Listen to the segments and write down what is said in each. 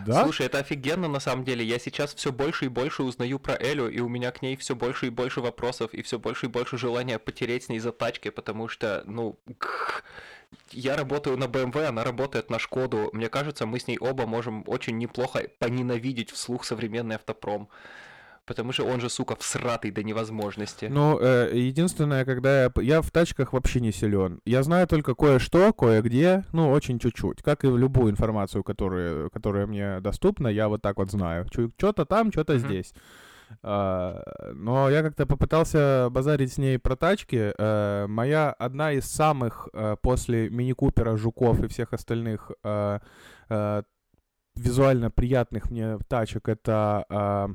Да? Слушай, это офигенно на самом деле. Я сейчас все больше и больше узнаю про Элю, и у меня к ней все больше и больше вопросов, и все больше и больше желания потереть с ней за тачки, потому что, ну, я работаю на BMW, она работает на Шкоду. Мне кажется, мы с ней оба можем очень неплохо поненавидеть вслух современный автопром. Потому что он же, сука, всратый до невозможности. Ну, единственное, когда я в тачках вообще не силен. Я знаю только кое-что, кое-где, ну, очень чуть-чуть. Как и в любую информацию, которая мне доступна, я вот так вот знаю. Что-то там, что-то Мгм. здесь. Но я как-то попытался базарить с ней про тачки. Моя одна из самых после мини-купера, жуков и всех остальных э, визуально приятных мне тачек это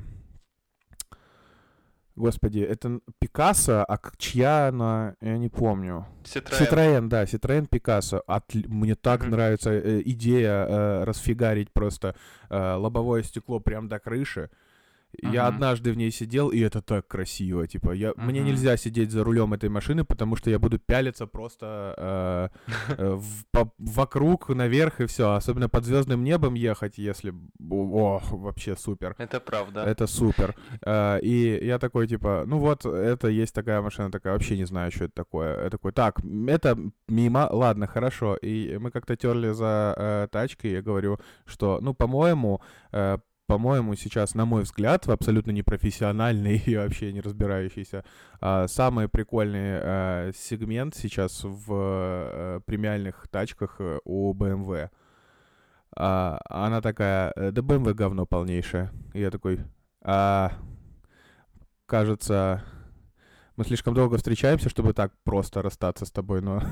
Господи, это Пикассо, а чья она, я не помню. Citroёn. Citroёn, да, Citroёn Пикассо. Мне так Мгм. нравится идея расфигарить просто лобовое стекло прям до крыши. Я Мгм. однажды в ней сидел, и это так красиво. Типа, мне Мгм. нельзя сидеть за рулем этой машины, потому что я буду пялиться просто вокруг, наверх и все. Особенно под звездным небом ехать, если... О, вообще супер. Это правда. Это супер. И я такой, типа, ну вот, это есть такая машина, такая, вообще не знаю, что это такое. Я такой, так, это мимо, ладно, хорошо. И мы как-то терли за тачкой, я говорю, что, ну, по-моему, сейчас, на мой взгляд, абсолютно непрофессиональный и вообще не разбирающийся, самый прикольный сегмент сейчас в премиальных тачках у BMW. Она такая, да BMW говно полнейшее. И я такой, а, кажется, мы слишком долго встречаемся, чтобы так просто расстаться с тобой, но...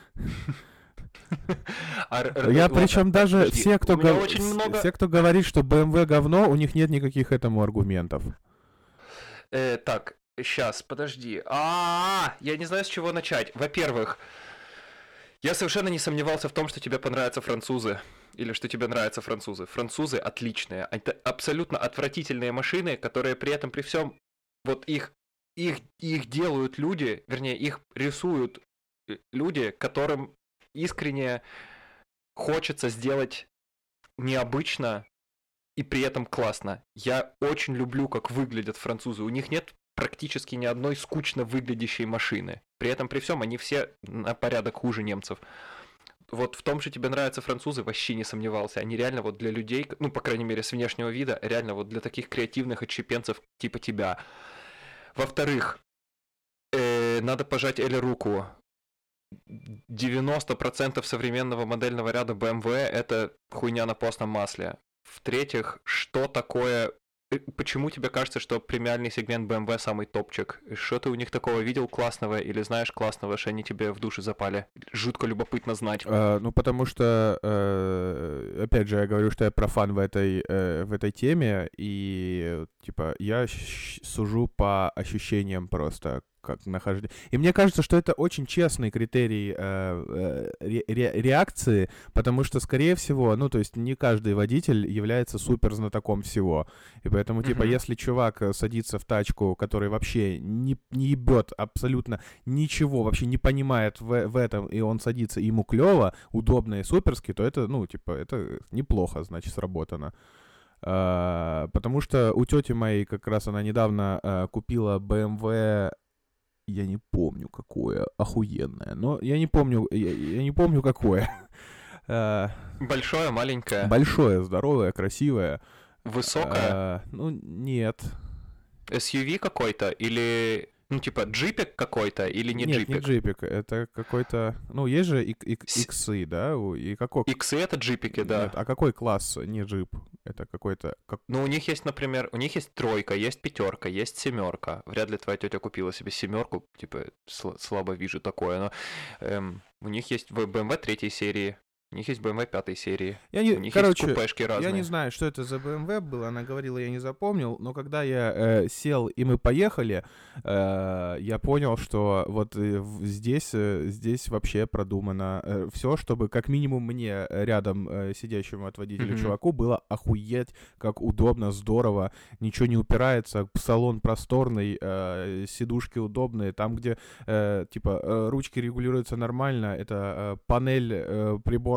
Я Ладно, причем так, даже подожди. У меня очень много... все, кто говорит, что BMW говно, у них нет никаких этому аргументов. Так, сейчас, подожди. Я не знаю, с чего начать. Во-первых, я совершенно не сомневался в том, что тебе понравятся французы. Или что тебе нравятся французы. Французы отличные. Это абсолютно отвратительные машины, которые при этом, при всем, вот их делают люди, вернее, их рисуют люди, которым искренне хочется сделать необычно и при этом классно. Я очень люблю, как выглядят французы. У них нет практически ни одной скучно выглядящей машины. При этом, при всем, они все на порядок хуже немцев. Вот в том, что тебе нравятся французы, вообще не сомневался. Они реально вот для людей, ну, по крайней мере, с внешнего вида, реально вот для таких креативных отщепенцев типа тебя. Во-вторых, надо пожать Эле руку. 90% современного модельного ряда BMW это хуйня на постном масле. В-третьих, что такое... Почему тебе кажется, что премиальный сегмент BMW самый топчик? Что ты у них такого видел классного или знаешь классного, что они тебе в душе запали? Жутко любопытно знать. Ну, потому что, опять же, я говорю, что я профан в этой теме, и, типа, я сужу по ощущениям просто, как нахождение. И мне кажется, что это очень честный критерий реакции, потому что, скорее всего, ну, то есть не каждый водитель является супер знатоком всего. И поэтому, типа, Мгм. если чувак садится в тачку, который вообще не ебет абсолютно ничего, вообще не понимает в этом, и он садится, и ему клево, удобно и суперски, то это, ну, типа, это неплохо, значит, сработано. Потому что у тети моей как раз она недавно купила BMW, я не помню какое, охуенное, но я не помню какое. Э, Большое, маленькое, Большое, здоровое, красивое. высокое, Ну, нет. SUV какой-то или... Ну, типа, джипик какой-то или не Нет, не джипик? джипик, это какой-то... Ну, есть же С- иксы, да? И какой... Иксы это джипики, Нет, да. а какой класс? Не джип. Это какой-то... Ну, у них есть, например, у них есть тройка, есть пятерка, есть семерка. Вряд ли твоя тетя купила себе семерку, типа, слабо вижу такое, но у них есть в BMW третьей серии, у них есть BMW пятой серии, у них есть Короче, купешки я не разные. знаю, что это за BMW было, она говорила, я не запомнил, но когда я сел и мы поехали, я понял, что вот здесь вообще продумано все, чтобы как минимум мне рядом сидящему от водителя Мгм. чуваку было охуеть, как удобно, здорово, ничего не упирается, салон просторный, сидушки удобные, там, где типа ручки регулируются нормально, это панель приборная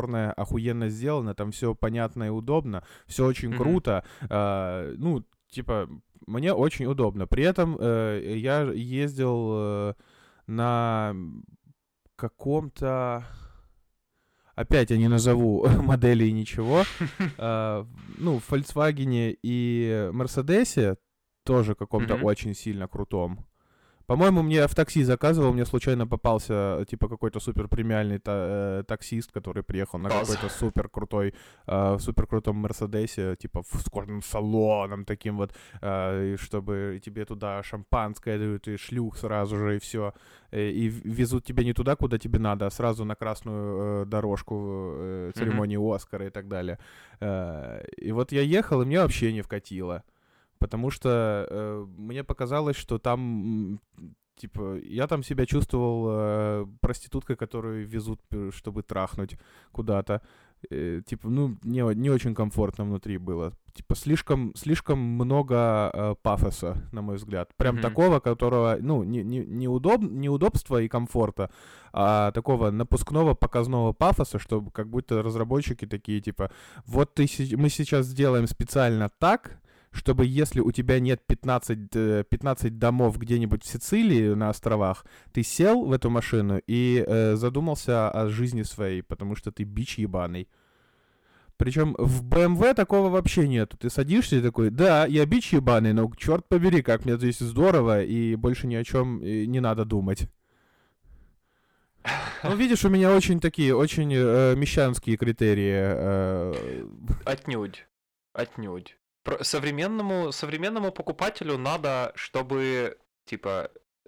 просторное, охуенно сделано, там все понятно и удобно, все очень круто. Ну, типа, мне очень удобно. При этом я ездил на каком-то... Опять я не назову модели и ничего. Ну, в Volkswagen и Mercedes тоже каком-то очень сильно крутом. По-моему, мне в такси заказывал, мне случайно попался, типа, какой-то супер премиальный таксист, который приехал на какой-то супер крутой, супер крутом Мерседесе, типа, с кожаным салоном таким вот, чтобы тебе туда шампанское дают, и шлюх сразу же, и все. И везут тебя не туда, куда тебе надо, а сразу на красную дорожку церемонии Оскара и так далее. И вот я ехал, и мне вообще не вкатило. Потому что мне показалось, что там, типа, я там себя чувствовал проституткой, которую везут, чтобы трахнуть куда-то. Типа, ну, не очень комфортно внутри было. Типа, слишком много пафоса, на мой взгляд. Прям такого, которого, ну, неудобства и комфорта, а такого напускного, показного пафоса, чтобы как будто разработчики такие, типа, вот мы сейчас сделаем специально так, чтобы если у тебя нет 15 домов где-нибудь в Сицилии на островах, ты сел в эту машину и задумался о жизни своей, потому что ты бич ебаный. Причем в BMW такого вообще нету. Ты садишься и такой, да, я бич ебаный, но черт побери, как мне здесь здорово, и больше ни о чем не надо думать. Ну, видишь, у меня очень такие, очень мещанские критерии. Отнюдь. Современному покупателю надо, чтобы, типа,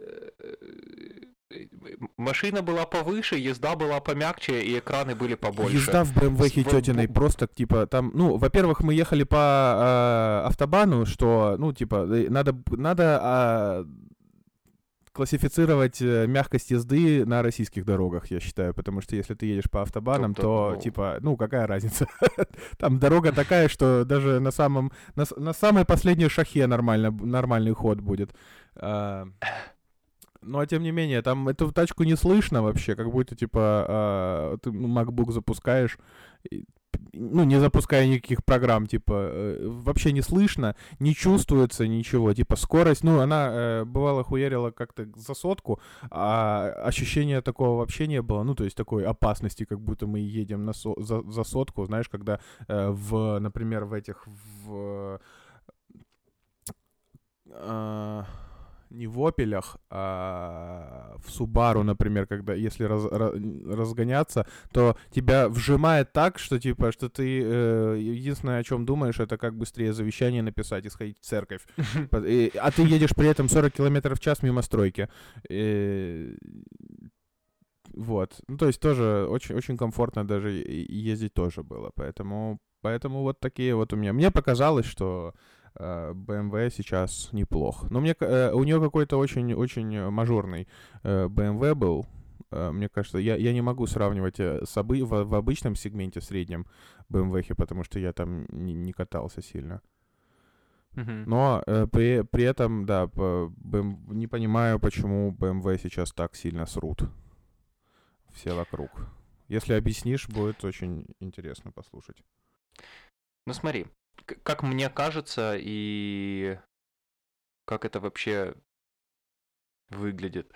машина была повыше, езда была помягче и экраны были побольше. Езда в BMW тетиной просто, типа, там, ну, во-первых, мы ехали по автобану, что, ну, типа, надо классифицировать мягкость езды на российских дорогах, я считаю, потому что если ты едешь по автобанам, то типа, ну, какая разница? Там дорога такая, что даже на самой последней шахе нормальный ход будет. Но, тем не менее, там эту тачку не слышно вообще, как будто, типа, ты MacBook запускаешь, ну, не запуская никаких программ, типа, вообще не слышно, не чувствуется ничего, типа, скорость, ну, она, бывало, хуярила как-то за сотку, а ощущения такого вообще не было, ну, то есть такой опасности, как будто мы едем за сотку, знаешь, когда, например, не в Опелях, а в Субару, например, когда, если разгоняться, то тебя вжимает так, что, типа, что ты единственное, о чем думаешь, это как быстрее завещание написать и сходить в церковь. А ты едешь при этом 40 км в час мимо стройки. Вот. Ну, то есть тоже очень, очень комфортно даже ездить тоже было. Поэтому вот такие вот у меня. Мне показалось, что BMW сейчас неплох. Но у нее какой-то очень-очень мажорный BMW был. Мне кажется, я не могу сравнивать в обычном сегменте, среднем BMW, потому что я там не катался сильно. Но при этом, да, не понимаю, почему BMW сейчас так сильно срут. Все вокруг. Если объяснишь, будет очень интересно послушать. Ну смотри, как мне кажется и как это вообще выглядит.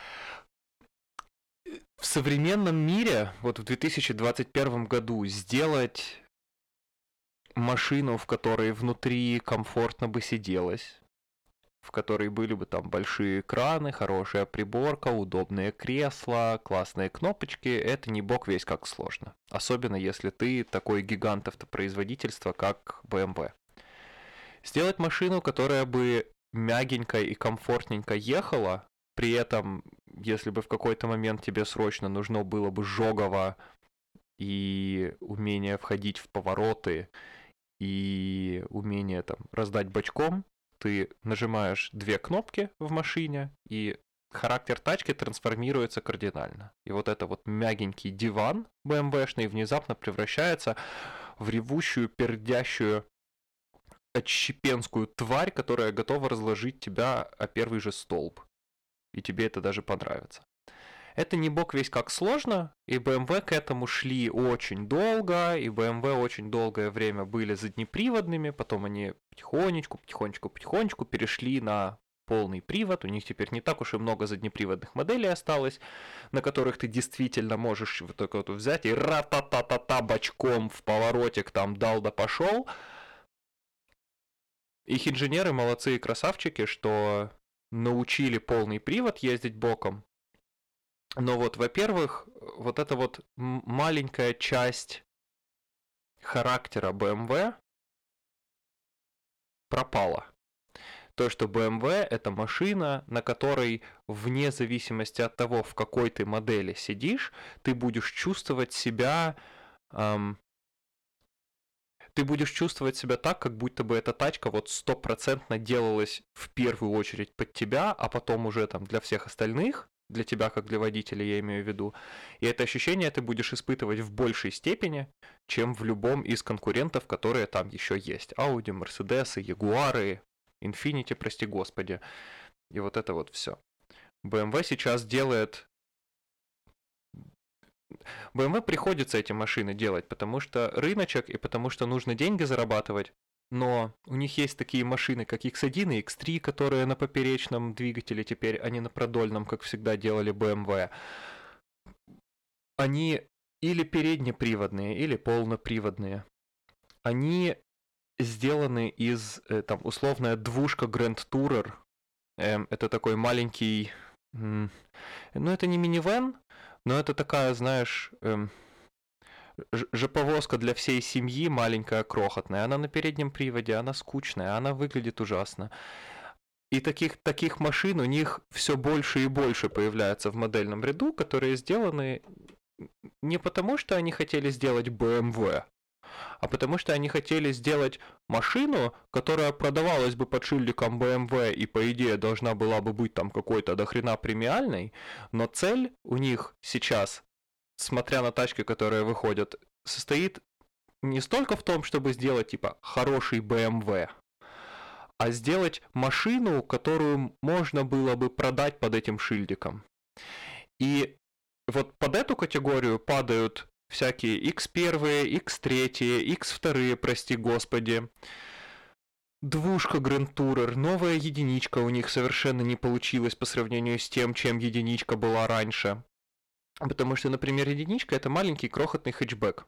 В современном мире, вот в 2021 году, сделать машину, в которой внутри комфортно бы сиделось, в которой были бы там большие экраны, хорошая приборка, удобные кресла, классные кнопочки, это не бог весть как сложно. Особенно если ты такой гигант автопроизводительства, как BMW. Сделать машину, которая бы мягенько и комфортненько ехала, при этом, если бы в какой-то момент тебе срочно нужно было бы жогово и умение входить в повороты, и умение там раздать бочком, ты нажимаешь 2 кнопки в машине, и характер тачки трансформируется кардинально. И вот это вот мягенький диван BMW-шный внезапно превращается в ревущую, пердящую, отщепенскую тварь, которая готова разложить тебя о первый же столб. И тебе это даже понравится. Это не бог весь как сложно, и BMW к этому шли очень долго, и BMW очень долгое время были заднеприводными, потом они потихонечку перешли на полный привод, у них теперь не так уж и много заднеприводных моделей осталось, на которых ты действительно можешь вот так вот взять и ра-та-та-та-та бочком в поворотик там дал да пошел. Их инженеры молодцы и красавчики, что научили полный привод ездить боком. Но вот, во-первых, вот эта вот маленькая часть характера BMW пропала. То, что BMW — это машина, на которой, вне зависимости от того, в какой ты модели сидишь, ты будешь чувствовать себя... ты будешь чувствовать себя так, как будто бы эта тачка вот 100% делалась в первую очередь под тебя, а потом уже там для всех остальных, для тебя как для водителя, я имею в виду. И это ощущение ты будешь испытывать в большей степени, чем в любом из конкурентов, которые там еще есть. Audi, Mercedes, Jaguar, Infiniti, прости господи. И вот это вот все. BMW сейчас делает... BMW приходится эти машины делать, потому что рыночек и потому что нужно деньги зарабатывать. Но у них есть такие машины, как X1 и X3, которые на поперечном двигателе теперь, а не на продольном, как всегда делали BMW. Они или переднеприводные, или полноприводные. Они сделаны из, там, условная двушка Grand Tourer. Это такой маленький... ну, это не минивэн, но это такая, знаешь... Же-повозка для всей семьи, маленькая, крохотная. Она на переднем приводе, она скучная, она выглядит ужасно. И таких машин у них все больше и больше появляется в модельном ряду, которые сделаны не потому, что они хотели сделать BMW, а потому что они хотели сделать машину, которая продавалась бы под шильдиком BMW и, по идее, должна была бы быть там какой-то дохрена премиальной, но цель у них сейчас, смотря на тачки, которые выходят, состоит не столько в том, чтобы сделать, типа, хороший BMW, а сделать машину, которую можно было бы продать под этим шильдиком. И вот под эту категорию падают всякие X1, X3, X2, прости господи, двушка Grand Tourer, новая единичка у них совершенно не получилась по сравнению с тем, чем единичка была раньше. Потому что, например, единичка — это маленький крохотный хэтчбэк.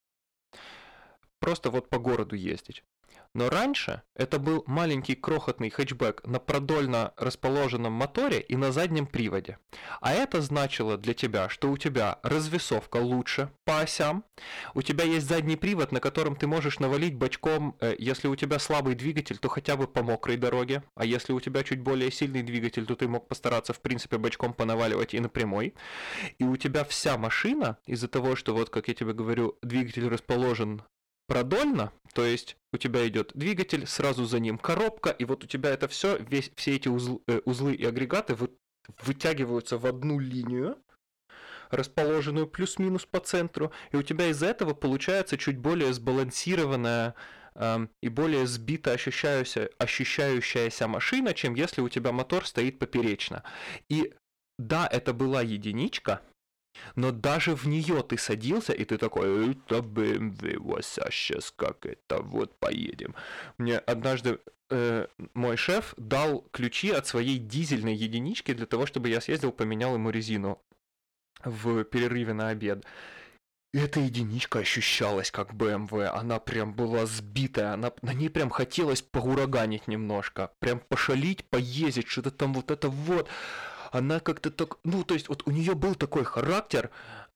Просто вот по городу ездить. Но раньше это был маленький крохотный хэтчбэк на продольно расположенном моторе и на заднем приводе. А это значило для тебя, что у тебя развесовка лучше по осям, у тебя есть задний привод, на котором ты можешь навалить бочком, если у тебя слабый двигатель, то хотя бы по мокрой дороге, а если у тебя чуть более сильный двигатель, то ты мог постараться в принципе бочком понаваливать и на прямой. И у тебя вся машина, из-за того, что вот, как я тебе говорю, двигатель расположен продольно, то есть у тебя идет двигатель, сразу за ним коробка, и вот у тебя это все, все эти узлы и агрегаты вытягиваются в одну линию, расположенную плюс-минус по центру, и у тебя из-за этого получается чуть более сбалансированная и более сбито ощущающаяся машина, чем если у тебя мотор стоит поперечно. И да, это была единичка, но даже в нее ты садился, и ты такой, это BMW, вот сейчас как это, вот поедем. Мне однажды мой шеф дал ключи от своей дизельной единички для того, чтобы я съездил, поменял ему резину в перерыве на обед. И эта единичка ощущалась как BMW, она прям была сбитая, на ней прям хотелось поураганить немножко, прям пошалить, поездить, что-то там вот это вот. Она как-то так, ну, то есть, вот у нее был такой характер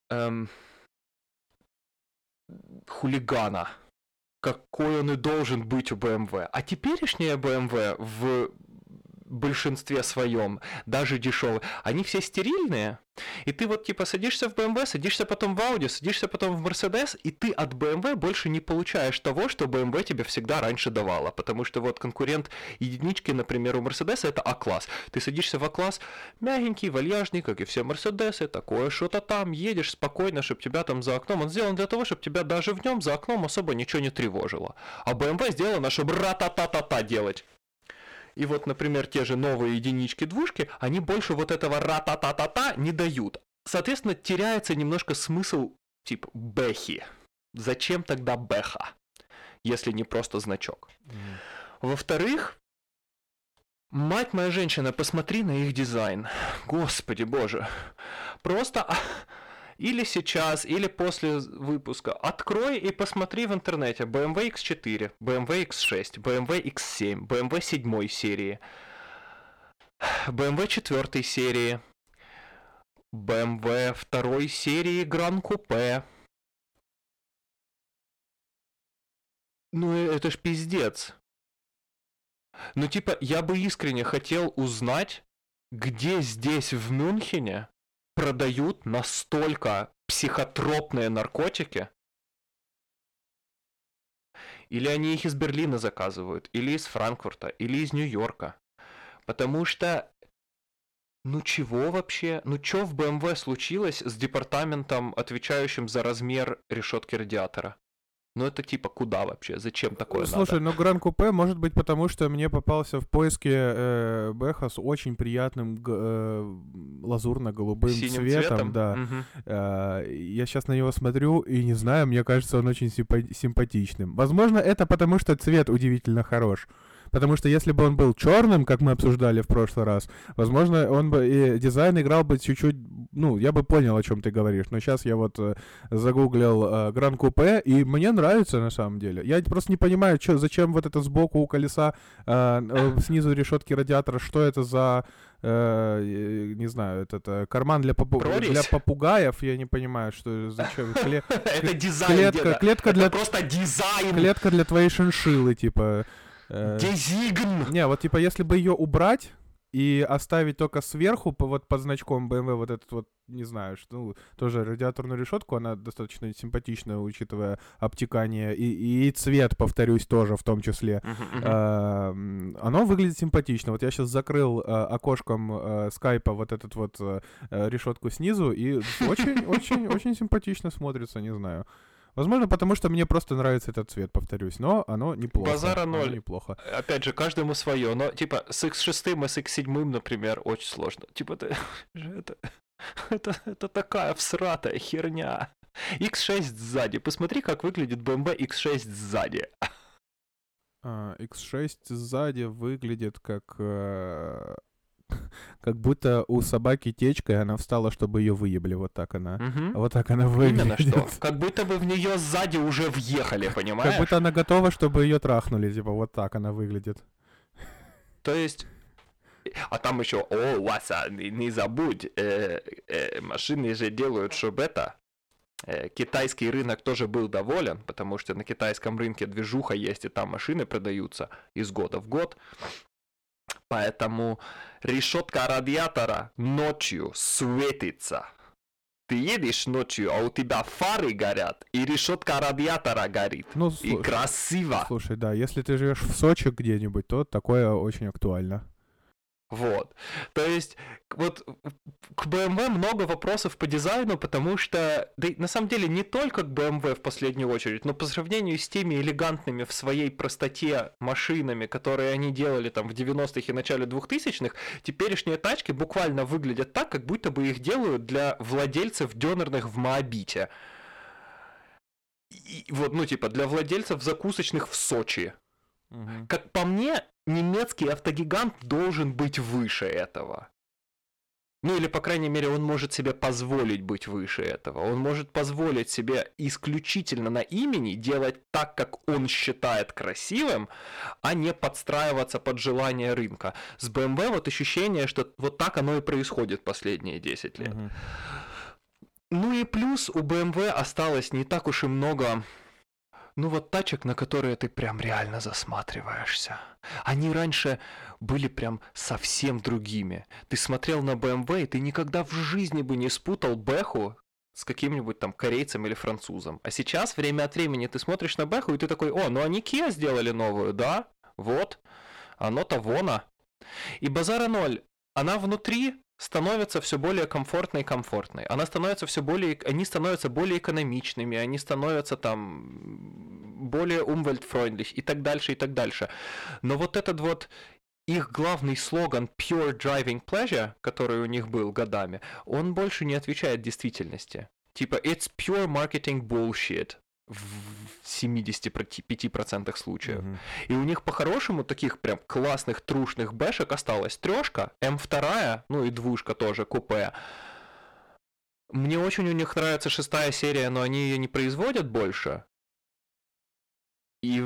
хулигана, какой он и должен быть у BMW. А теперешняя BMW в большинстве своем, даже дешевые, они все стерильные. И ты вот типа садишься в BMW, садишься потом в Audi, садишься потом в Mercedes, и ты от BMW больше не получаешь того, что BMW тебе всегда раньше давала. Потому что вот конкурент единички, например, у Mercedes это А-класс. Ты садишься в А-класс, мягенький, вальяжный, как и все Mercedes, такое что-то там, едешь спокойно, чтобы тебя там за окном. Он сделан для того, чтобы тебя даже в нем за окном особо ничего не тревожило. А BMW сделано, чтобы ра-та-та-та-та делать. И вот, например, те же новые единички-двушки, они больше вот этого ра-та-та-та-та не дают. соответственно, теряется немножко смысл, типа, бэхи. Зачем тогда бэха, если не просто значок? Во-вторых, мать моя женщина, посмотри на их дизайн. Господи боже. Просто или сейчас, или после выпуска. Открой и посмотри в интернете. BMW X4, BMW X6, BMW X7, BMW 7 серии, BMW 4 серии, BMW 2 серии Grand Coupe. Ну это ж пиздец. Ну типа, я бы искренне хотел узнать, где здесь в Мюнхене продают настолько психотропные наркотики. Или они их из Берлина заказывают, или из Франкфурта, или из Нью-Йорка. Потому что, ну чего вообще? Ну чё в BMW случилось с департаментом, отвечающим за размер решетки радиатора? Ну это типа куда вообще? Зачем такое надо? Слушай, ну Гран Купе может быть потому, что мне попался в поиске Бэха с очень приятным лазурно-голубым Синим цветом. Да. Я сейчас на него смотрю и не знаю, мне кажется, он очень симпатичным. Возможно, это потому, что цвет удивительно хорош. Потому что если бы он был черным, как мы обсуждали в прошлый раз, возможно, он бы и дизайн играл бы чуть-чуть, ну, я бы понял, о чем ты говоришь. Но сейчас я вот загуглил Гран Купе, и мне нравится на самом деле. Я просто не понимаю, зачем вот это сбоку у колеса, снизу решетки радиатора, что это за, не знаю, это карман для попугаев, я не понимаю, что зачем. Это дизайн, клетка для... Это просто дизайн. Клетка для твоей шиншиллы, типа... Дезигн! Не, вот типа если бы ее убрать и оставить только сверху вот под значком BMW вот этот вот, не знаю, что, ну, тоже радиаторную решетку, она достаточно симпатичная, учитывая обтекание и цвет, повторюсь, тоже в том числе. Оно выглядит симпатично. Вот я сейчас закрыл окошком скайпа вот этот вот решетку снизу, и очень-очень-очень симпатично смотрится, не знаю. Возможно, потому что мне просто нравится этот цвет, повторюсь, но оно неплохо. Базара ноль. Неплохо. Опять же, каждому свое, но типа с X6 и с X7, например, очень сложно. Типа это такая всратая херня. X6 сзади. Посмотри, как выглядит BMW X6 сзади. X6 сзади выглядит как будто у собаки течка, и она встала, чтобы ее выебли. Вот так она. Вот так она выглядит. Именно что. Как будто бы в нее сзади уже въехали, понимаешь? Как будто она готова, чтобы ее трахнули. Типа вот так она выглядит. То есть... А там еще, Вася, не забудь, машины же делают, чтобы это... Китайский рынок тоже был доволен, потому что на китайском рынке движуха есть, и там машины продаются из года в год. Поэтому решетка радиатора ночью светится. Ты едешь ночью, а у тебя фары горят, и решетка радиатора горит. Ну, и красиво. Слушай, да, если ты живешь в Сочи где-нибудь, то такое очень актуально. Вот. То есть, вот к BMW много вопросов по дизайну, потому что, да и на самом деле, не только к BMW в последнюю очередь, но по сравнению с теми элегантными в своей простоте машинами, которые они делали там в 90-х и начале 2000-х, теперешние тачки буквально выглядят так, как будто бы их делают для владельцев дёнерных в Моабите. И вот, ну, типа, для владельцев закусочных в Сочи. Как по мне, немецкий автогигант должен быть выше этого. Ну или, по крайней мере, он может себе позволить быть выше этого. Он может позволить себе исключительно на имени делать так, как он считает красивым, а не подстраиваться под желание рынка. С BMW вот ощущение, что вот так оно и происходит последние 10 лет. Ну и плюс у BMW осталось не так уж и много... Ну вот тачек, на которые ты прям реально засматриваешься. Они раньше были прям совсем другими. Ты смотрел на BMW, и ты никогда в жизни бы не спутал Бэху с каким-нибудь там корейцем или французом. А сейчас время от времени ты смотришь на Бэху, и ты такой, ну они Kia сделали новую, да? Вот, оно-то воно. И базара ноль. Она внутри становится все более комфортной и комфортной. Они становятся более экономичными, они становятся там более umweltfreundlich и так дальше, и так дальше. Но вот этот вот их главный слоган Pure Driving Pleasure, который у них был годами, он больше не отвечает действительности. Типа, it's pure marketing bullshit в 75% случаев. Мгм. И у них по-хорошему таких прям классных трушных бэшек осталась трешка, М2, ну и двушка тоже, купе. Мне очень у них нравится 6 серия, но они ее не производят больше. И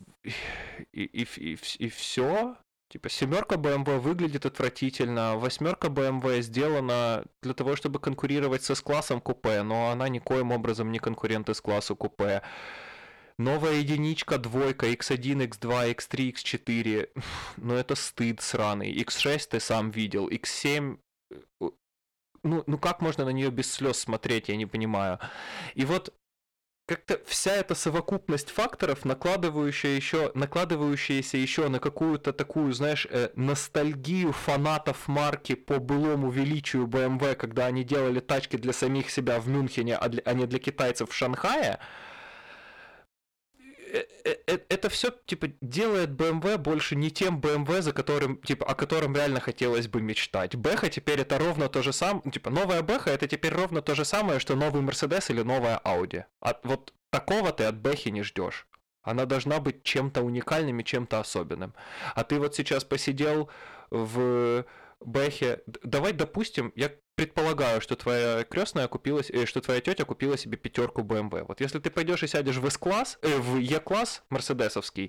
все. Типа 7 BMW выглядит отвратительно, 8 BMW сделана для того, чтобы конкурировать с S-классом купе, но она никоим образом не конкурент S-классу купе. Новая единичка, двойка, X1, X2, X3, X4, ну это стыд сраный. X6 ты сам видел, X7, ну как можно на нее без слез смотреть, я не понимаю. И вот как-то вся эта совокупность факторов, накладывающаяся еще на какую-то такую, знаешь, ностальгию фанатов марки по былому величию BMW, когда они делали тачки для самих себя в Мюнхене, а не для китайцев в Шанхае, это все типа делает BMW больше не тем BMW, за которым, типа, о котором реально хотелось бы мечтать. Бэха теперь это ровно то же самое, типа, новая Бэха это теперь ровно то же самое, что новый Mercedes или новая Audi. Вот такого ты от Бэхи не ждешь. Она должна быть чем-то уникальным и чем-то особенным. А ты вот сейчас посидел в Бэхе. Давай допустим, я предполагаю, что твоя крестная купила, что твоя тетя купила себе 5 BMW. Вот если ты пойдешь и сядешь в S-класс, в E-класс мерседесовский,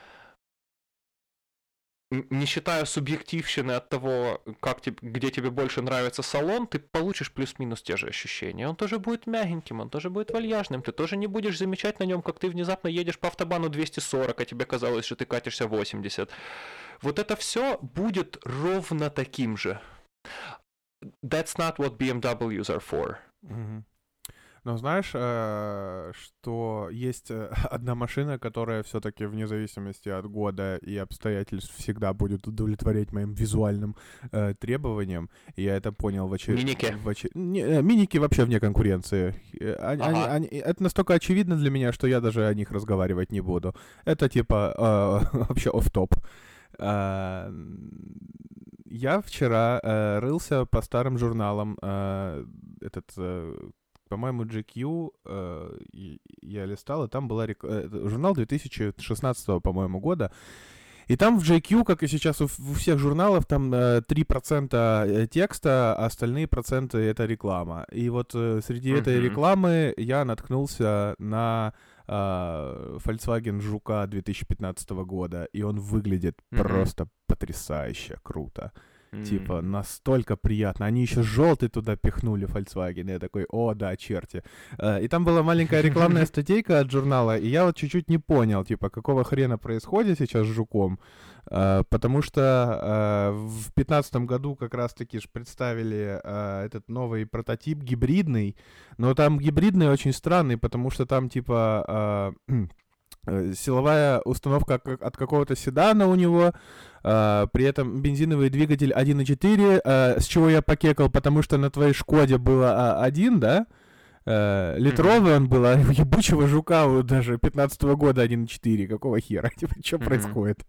не считая субъективщины от того, где тебе больше нравится салон, ты получишь плюс-минус те же ощущения. Он тоже будет мягеньким, он тоже будет вальяжным, ты тоже не будешь замечать на нем, как ты внезапно едешь по автобану 240, а тебе казалось, что ты катишься 80. Вот это все будет ровно таким же. That's not what BMWs are for. Мгм. Но знаешь, что есть одна машина, которая все-таки вне зависимости от года и обстоятельств всегда будет удовлетворять моим визуальным требованиям. И я это понял Миники. Миники вообще вне конкуренции. Ага. Это настолько очевидно для меня, что я даже о них разговаривать не буду. Это типа вообще офф-топ. Я вчера рылся по старым журналам. По-моему, GQ я листал, и там была журнал 2016, по-моему, года. И там в JQ, как и сейчас у всех журналов, там 3% текста, а остальные проценты — это реклама. И вот среди этой рекламы я наткнулся на Volkswagen Жука 2015 года, и он выглядит просто потрясающе круто. Типа, настолько приятно. Они еще желтый туда пихнули, Volkswagen. Я такой, о, да, черти. И там была маленькая рекламная статейка от журнала, и я вот чуть-чуть не понял, типа, какого хрена происходит сейчас с Жуком. Потому что в 2015 году как раз-таки представили этот новый прототип гибридный. Но там гибридный очень странный, потому что там, типа... силовая установка от какого-то седана у него, при этом бензиновый двигатель 1.4, с чего я покекал, потому что на твоей Шкоде было 1, да? Литровый он был, а у ебучего Жука даже 15-го года 1.4. Какого хера? Типа, что происходит?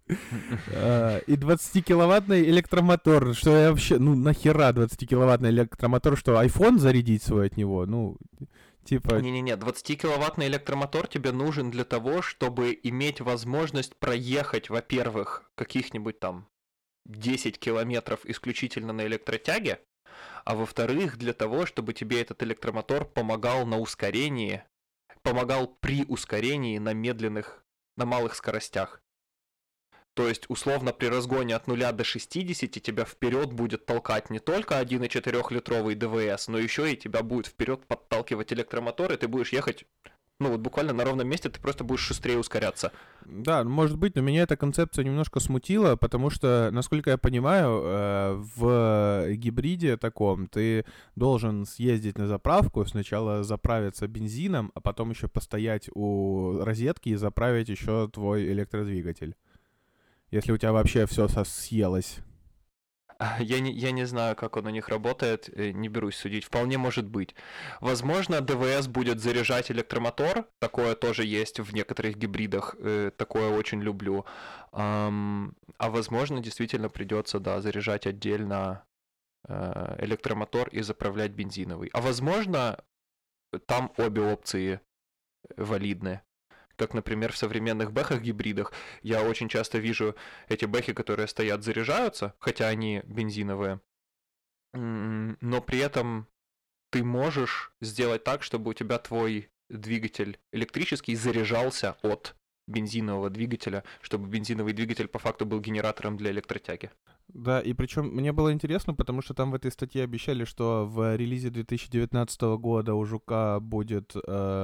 И 20-киловаттный электромотор. Что я вообще... Ну, нахера 20-киловаттный электромотор? Что, iPhone зарядить свой от него? Ну... Типа... Не-не-не, 20-киловаттный электромотор тебе нужен для того, чтобы иметь возможность проехать, во-первых, каких-нибудь там 10 километров исключительно на электротяге, а во-вторых, для того, чтобы тебе этот электромотор помогал на ускорении, помогал при ускорении на малых скоростях. То есть, условно, при разгоне от 0 до 60 тебя вперед будет толкать не только 1,4-литровый ДВС, но еще и тебя будет вперед подталкивать электромотор, и ты будешь ехать, ну вот буквально на ровном месте, ты просто будешь шустрее ускоряться. Да, может быть, но меня эта концепция немножко смутила, потому что, насколько я понимаю, в гибриде таком ты должен съездить на заправку, сначала заправиться бензином, а потом еще постоять у розетки и заправить еще твой электродвигатель. Если у тебя вообще все съелось. Я не знаю, как он у них работает, не берусь судить. Вполне может быть. Возможно, ДВС будет заряжать электромотор. Такое тоже есть в некоторых гибридах. Такое очень люблю. А возможно, действительно придется, да, заряжать отдельно электромотор и заправлять бензиновый. А возможно, там обе опции валидны. Как, например, в современных бэхах-гибридах я очень часто вижу эти бэхи, которые стоят, заряжаются, хотя они бензиновые, но при этом ты можешь сделать так, чтобы у тебя твой двигатель электрический заряжался от бензинового двигателя, чтобы бензиновый двигатель по факту был генератором для электротяги. Да, и причем мне было интересно, потому что там в этой статье обещали, что в релизе 2019 года у Жука будет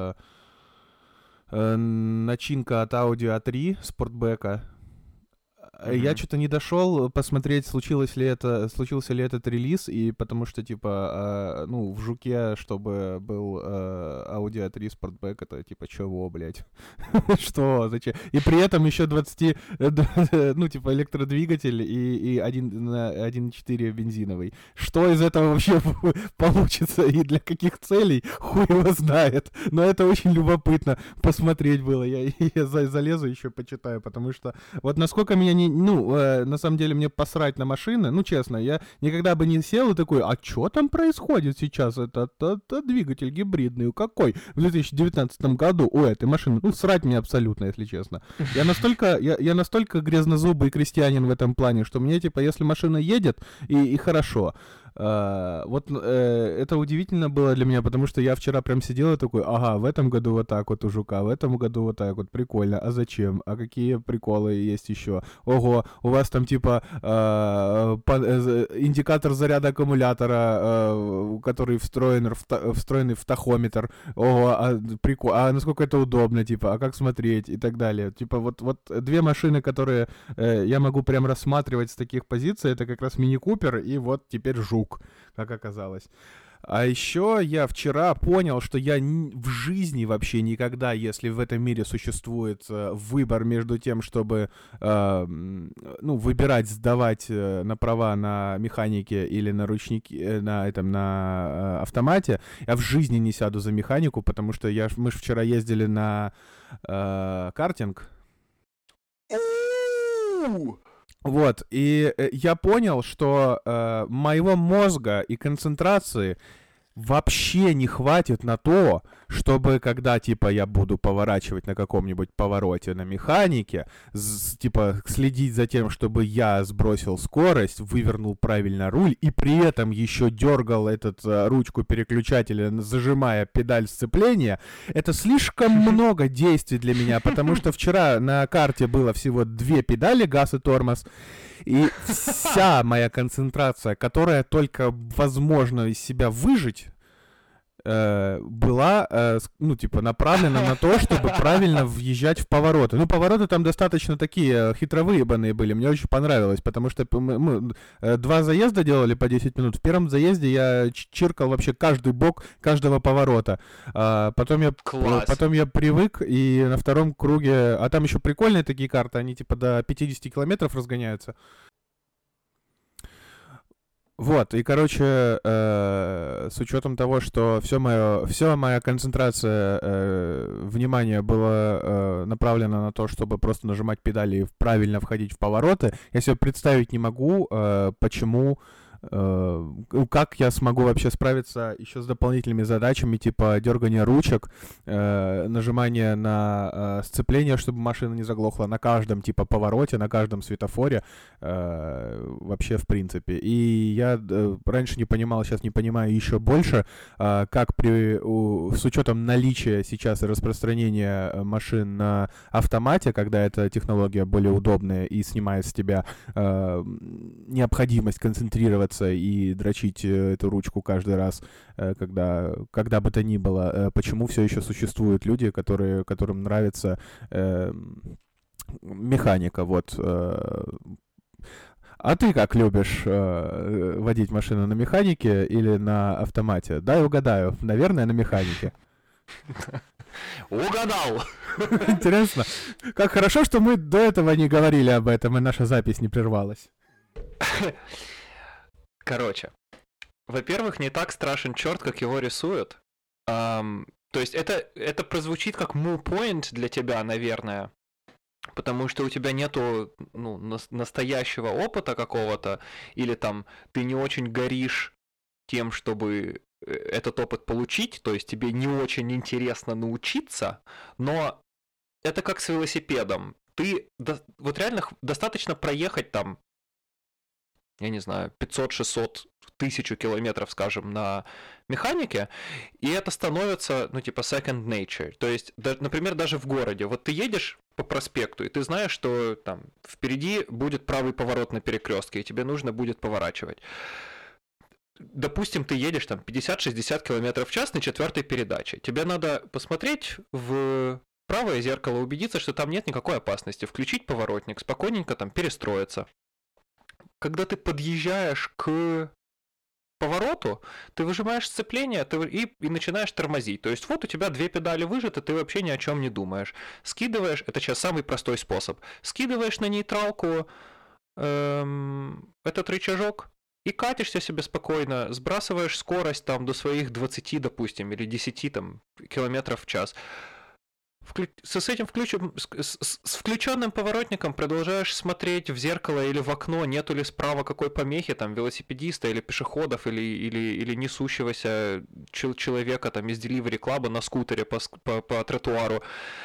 начинка от Audi A3 спортбека. Я что-то не дошел посмотреть, случился ли этот релиз, и потому что, типа, ну, в Жуке, чтобы был Audi A3 Sportback, это, типа, чего, блядь? Что? Зачем? И при этом еще 20, ну, типа, электродвигатель и 1.4 бензиновый. Что из этого вообще получится и для каких целей, хуй его знает. Но это очень любопытно посмотреть было. Я залезу еще почитаю, потому что вот насколько меня на самом деле мне посрать на машины, ну, честно, я никогда бы не сел и такой, а что там происходит сейчас? Это двигатель гибридный, какой? В 2019 году у этой машины, ну, срать мне абсолютно, если честно. Я настолько грязнозубый крестьянин в этом плане, что мне, типа, если машина едет, и хорошо. Вот это удивительно было для меня, потому что я вчера прям сидел и такой, ага, в этом году вот так вот у Жука, в этом году вот так вот, прикольно, а зачем? А какие приколы есть еще? Ого, у вас там типа индикатор заряда аккумулятора, который встроенный в тахометр, ого, прикол, а насколько это удобно, типа, а как смотреть и так далее. Типа вот две машины, которые я могу прям рассматривать с таких позиций, это как раз Мини Купер и вот теперь Жук, как оказалось. А еще я вчера понял, что я в жизни вообще никогда, если в этом мире существует выбор между тем, чтобы выбирать, сдавать на права на механике или на ручнике, на автомате, я в жизни не сяду за механику, потому что мы же вчера ездили на картинг. Вот, и я понял, что моего мозга и концентрации вообще не хватит на то, чтобы когда, типа, я буду поворачивать на каком-нибудь повороте на механике, типа, следить за тем, чтобы я сбросил скорость, вывернул правильно руль и при этом еще дергал ручку переключателя, зажимая педаль сцепления, это слишком много действий для меня, потому что вчера на карте было всего 2 педали, газ и тормоз, и вся моя концентрация, которая только возможно из себя выжить, была, направлена на то, чтобы правильно въезжать в повороты. Ну, повороты там достаточно такие хитровыебанные были, мне очень понравилось, потому что мы 2 заезда делали по 10 минут. В первом заезде я чиркал вообще каждый бок каждого поворота. Потом я привык, и на втором круге... А там еще прикольные такие карты, они типа до 50 километров разгоняются. Вот, и, короче, с учетом того, что вся моя концентрация внимания была направлена на то, чтобы просто нажимать педали и правильно входить в повороты, я себе представить не могу, как я смогу вообще справиться еще с дополнительными задачами, типа дергания ручек, нажимания на сцепление, чтобы машина не заглохла на каждом типа повороте, на каждом светофоре, вообще в принципе. И я раньше не понимал, сейчас не понимаю еще больше, как с учетом наличия сейчас и распространения машин на автомате, когда эта технология более удобная и снимает с тебя необходимость концентрироваться и дрочить эту ручку каждый раз, когда бы то ни было, почему все еще существуют люди, которым нравится механика, вот. А ты как любишь водить машину, на механике или на автомате? Дай угадаю, наверное, на механике. Угадал! Интересно. Как хорошо, что мы до этого не говорили об этом, и наша запись не прервалась. Короче, во-первых, не так страшен черт, как его рисуют. То есть это прозвучит как move point для тебя, наверное, потому что у тебя нету настоящего опыта какого-то, или там ты не очень горишь тем, чтобы этот опыт получить, то есть тебе не очень интересно научиться, но это как с велосипедом. Ты вот реально достаточно проехать там, я не знаю, 500, 600, 1000 километров, скажем, на механике, и это становится, типа, second nature. То есть, например, даже в городе. Вот ты едешь по проспекту, и ты знаешь, что там впереди будет правый поворот на перекрестке, и тебе нужно будет поворачивать. Допустим, ты едешь там 50-60 км в час на 4-й передаче. Тебе надо посмотреть в правое зеркало, убедиться, что там нет никакой опасности, включить поворотник, спокойненько там перестроиться. Когда ты подъезжаешь к повороту, ты выжимаешь сцепление и начинаешь тормозить. То есть вот у тебя 2 педали выжаты, ты вообще ни о чем не думаешь. Скидываешь, это сейчас самый простой способ, скидываешь на нейтралку этот рычажок, и катишься себе спокойно, сбрасываешь скорость там до своих 20, допустим, или 10 там, километров в час. С этим с включенным поворотником продолжаешь смотреть в зеркало или в окно, нету ли справа какой помехи, там, велосипедиста или пешеходов, или несущегося человека там из Delivery Club на скутере по тротуару.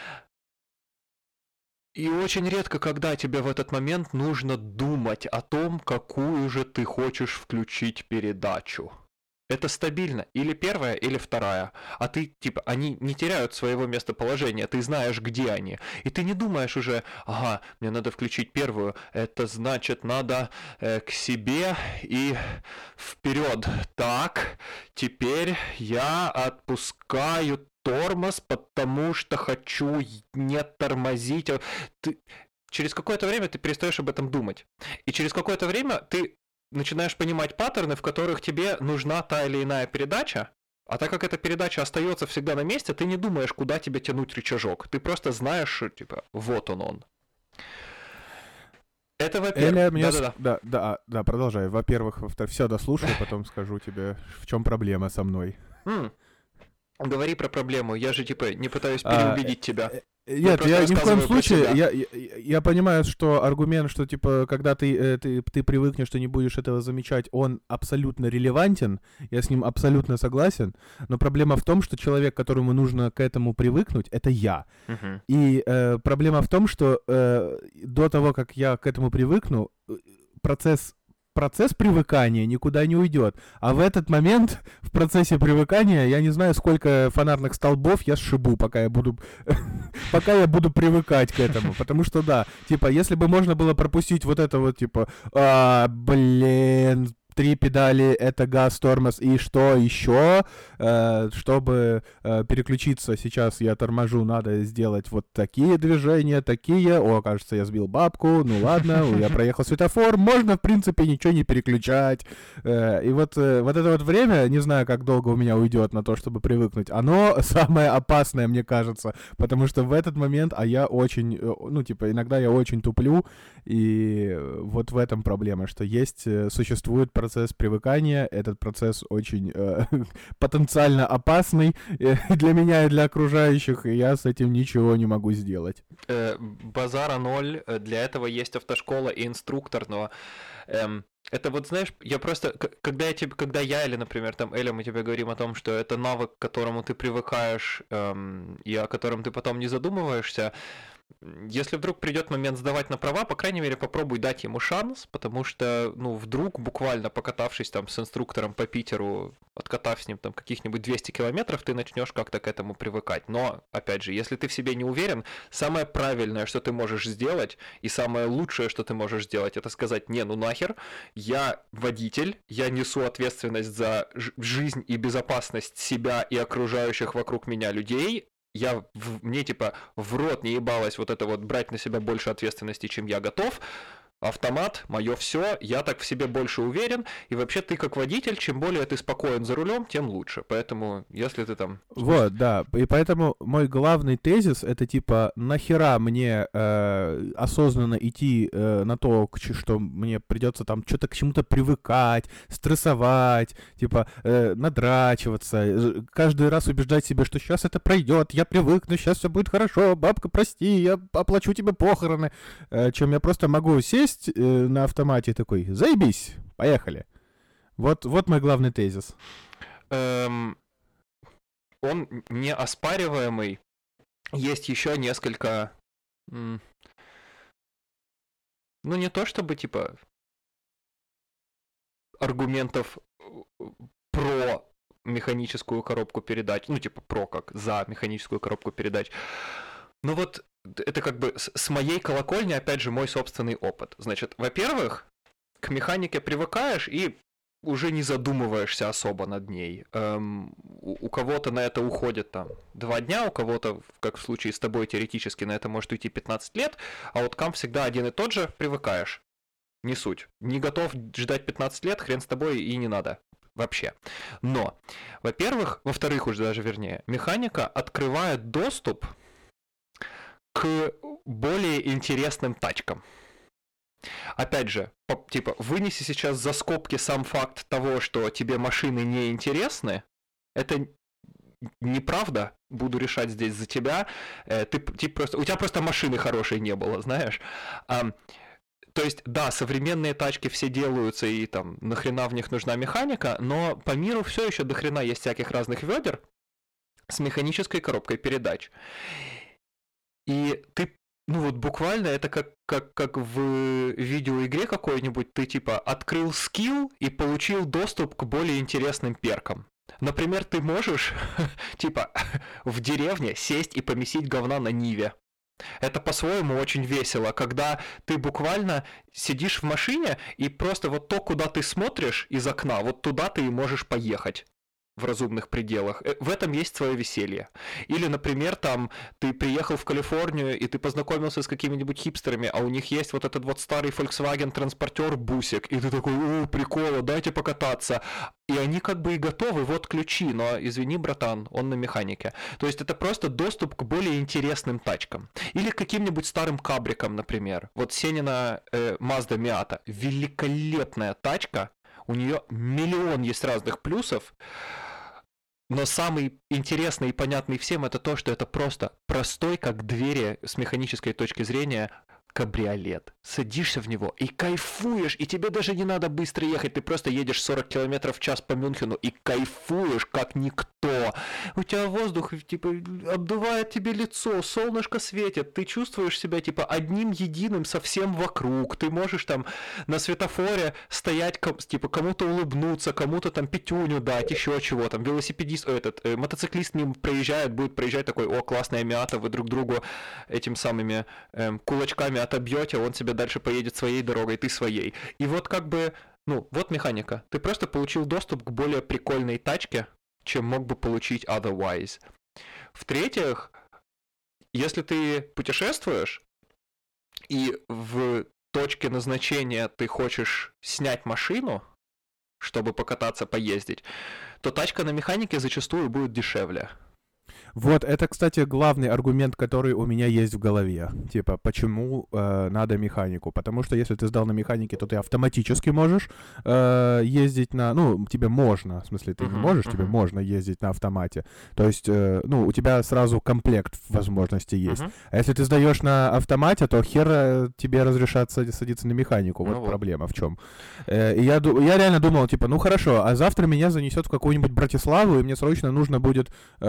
И очень редко, когда тебе в этот момент нужно думать о том, какую же ты хочешь включить передачу. Это стабильно. Или первая, или вторая. А ты, типа, они не теряют своего местоположения. Ты знаешь, где они. И ты не думаешь уже, ага, мне надо включить первую. Это значит, надо к себе и вперед. Так, теперь я отпускаю тормоз, потому что хочу не тормозить. Через какое-то время ты перестаешь об этом думать. И через какое-то время ты начинаешь понимать паттерны, в которых тебе нужна та или иная передача, а так как эта передача остается всегда на месте, ты не думаешь, куда тебе тянуть рычажок. Ты просто знаешь, что, типа, вот он. Это во-первых. Да, продолжай. Во-первых, все дослушаю, потом скажу тебе, в чем проблема со мной. Говори про проблему, я же, типа, не пытаюсь переубедить тебя. Нет, я ни в коем случае, я понимаю, что аргумент, что, типа, когда ты привыкнешь, что не будешь этого замечать, он абсолютно релевантен, я с ним абсолютно согласен, но проблема в том, что человек, которому нужно к этому привыкнуть, это я. И проблема в том, что до того, как я к этому привыкну, процесс привыкания никуда не уйдет. А в этот момент, в процессе привыкания, я не знаю, сколько фонарных столбов я сшибу, пока я буду привыкать к этому. Потому что, да, типа, если бы можно было пропустить вот это вот, типа, 3 педали, это газ, тормоз, и что еще? Чтобы переключиться, сейчас я торможу, надо сделать вот такие движения, такие. О, кажется, я сбил бабку, ну ладно, я проехал светофор, можно, в принципе, ничего не переключать. И вот это вот время, не знаю, как долго у меня уйдет на то, чтобы привыкнуть, оно самое опасное, мне кажется, потому что в этот момент, я очень, иногда я очень туплю, и вот в этом проблема, что существует процесс привыкания, этот процесс очень потенциально опасный для меня и для окружающих, и я с этим ничего не могу сделать. Базара ноль, для этого есть автошкола и инструктор, но это вот, знаешь, я просто, когда я или, например, там Эля, мы тебе говорим о том, что это навык, к которому ты привыкаешь и о котором ты потом не задумываешься, если вдруг придет момент сдавать на права, по крайней мере, попробуй дать ему шанс, потому что, вдруг, буквально покатавшись там с инструктором по Питеру, откатав с ним там каких-нибудь 200 километров, ты начнешь как-то к этому привыкать. Но, опять же, если ты в себе не уверен, самое правильное, что ты можешь сделать, и самое лучшее, что ты можешь сделать, это сказать: не, ну нахер, я водитель, я несу ответственность за жизнь и безопасность себя и окружающих вокруг меня людей, мне, типа, в рот не ебалось вот это вот брать на себя больше ответственности, чем я готов. Автомат, мое все, я так в себе больше уверен, и вообще ты как водитель, чем более ты спокоен за рулем, тем лучше. Поэтому, если ты там... Вот, да, и поэтому мой главный тезис это типа нахера мне осознанно идти на то, что мне придется там что-то к чему-то привыкать, стрессовать, типа надрачиваться, каждый раз убеждать себя, что сейчас это пройдет, я привыкну, сейчас все будет хорошо, бабка, прости, я оплачу тебе похороны, чем я просто могу сесть на автомате такой, заебись, поехали. Вот мой главный тезис. Он неоспариваемый. Есть еще несколько... Ну, не то чтобы, типа, аргументов про механическую коробку передач. Ну, типа, про как за механическую коробку передач. Ну вот, это как бы с моей колокольни, опять же, мой собственный опыт. Значит, во-первых, к механике привыкаешь и уже не задумываешься особо над ней. У кого-то на это уходит там 2 дня, у кого-то, как в случае с тобой, теоретически на это может уйти 15 лет, а вот кам всегда один и тот же, привыкаешь. Не суть. Не готов ждать 15 лет, хрен с тобой и не надо. Вообще. Но, во-вторых уже даже вернее, механика открывает доступ к более интересным тачкам. Опять же, типа, вынеси сейчас за скобки сам факт того, что тебе машины не интересны, это неправда, буду решать здесь за тебя, у тебя просто машины хорошей не было, знаешь. То есть, да, современные тачки все делаются, и там нахрена в них нужна механика, но по миру все еще дохрена есть всяких разных ведер с механической коробкой передач. И ты, ну вот буквально это как в видеоигре какой-нибудь, ты типа открыл скилл и получил доступ к более интересным перкам. Например, ты можешь, типа, в деревне сесть и помесить говна на ниве. Это по-своему очень весело, когда ты буквально сидишь в машине и просто вот то, куда ты смотришь из окна, вот туда ты и можешь поехать в разумных пределах. В этом есть свое веселье. Или, например, там ты приехал в Калифорнию и ты познакомился с какими-нибудь хипстерами, а у них есть вот этот вот старый Volkswagen транспортер бусик, и ты такой, о, прикольно, дайте покататься. И они как бы и готовы, вот ключи, но извини, братан, он на механике. То есть это просто доступ к более интересным тачкам. Или к каким-нибудь старым кабрикам, например. Вот Сенина Mazda Miata, великолепная тачка, у нее миллион есть разных плюсов. Но самый интересный и понятный всем это то, что это просто простой, как двери с механической точки зрения, кабриолет. Садишься в него и кайфуешь, и тебе даже не надо быстро ехать, ты просто едешь 40 км в час по Мюнхену и кайфуешь, как никто. У тебя воздух, типа, обдувает тебе лицо, солнышко светит, ты чувствуешь себя, типа, одним единым со всем вокруг, ты можешь там на светофоре стоять, типа, кому-то улыбнуться, кому-то там пятюню дать, еще чего там, велосипедист, мотоциклист мимо проезжает, будет проезжать такой, о, классная Миата, вы друг другу этим самыми кулачками отобьете, он себе дальше поедет своей дорогой, ты своей. И вот как бы, ну, вот механика. Ты просто получил доступ к более прикольной тачке, чем мог бы получить otherwise. В-третьих, если ты путешествуешь, и в точке назначения ты хочешь снять машину, чтобы покататься, поездить, то тачка на механике зачастую будет дешевле. Вот, это, кстати, главный аргумент, который у меня есть в голове. Типа, почему надо механику? Потому что если ты сдал на механике, то ты автоматически можешь ездить на... Ну, тебе можно, в смысле, ты не можешь, тебе можно ездить на автомате. То есть, ну, у тебя сразу комплект возможностей есть. А если ты сдаешь на автомате, то хер тебе разрешат садиться на механику. Вот проблема в чем. И я реально думал, типа, ну хорошо, а завтра меня занесет в какую-нибудь Братиславу, и мне срочно нужно будет...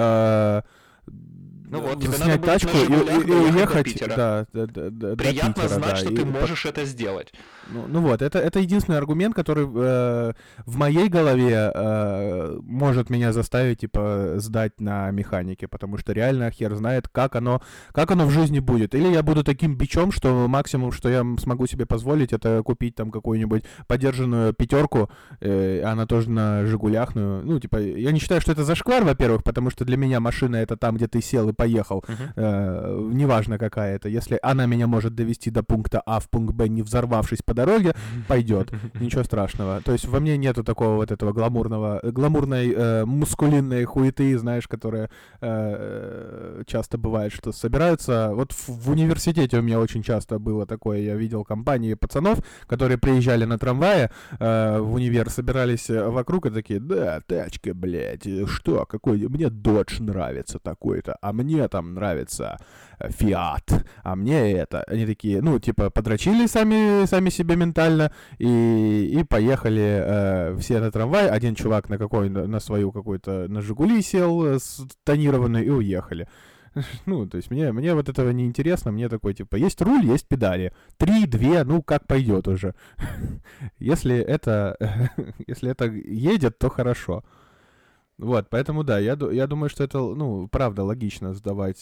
Ну вот, тебе снять надо будет тачку на и уехать до Питера. до Приятно Питера, знать, да, что и ты можешь это сделать. Ну вот, это единственный аргумент, который в моей голове может меня заставить, типа, сдать на механике, потому что реально хер знает, как оно в жизни будет. Или я буду таким бичом, что максимум, что я смогу себе позволить, это купить там какую-нибудь подержанную пятерку, она тоже на «Жигулях», ну, типа, я не считаю, что это зашквар, во-первых, потому что для меня машина — это там, где ты сел и поехал, неважно какая это. Если она меня может довести до пункта А в пункт Б, не взорвавшись по дороге, пойдет. Ничего страшного. То есть во мне нету такого вот этого гламурной мускулинной хуеты, знаешь, которая часто бывает, что собираются. Вот в университете у меня очень часто было такое. Я видел компании пацанов, которые приезжали на трамвае в универ, собирались вокруг и такие: да, тачка, блядь, что, какой, мне Dodge нравится такой-то, а мне там нравится Fiat, а мне это. Они такие, ну, типа, подрочили сами себе ментально и поехали все на трамвай. Один чувак на свою какую-то, на «Жигули» сел тонированную и уехали. Ну, то есть мне вот этого не интересно. Мне такой, типа, есть руль, есть педали. 3, 2, ну, как пойдет уже. Если это едет, то хорошо. Вот, поэтому да, я думаю, что это, ну, правда, логично сдавать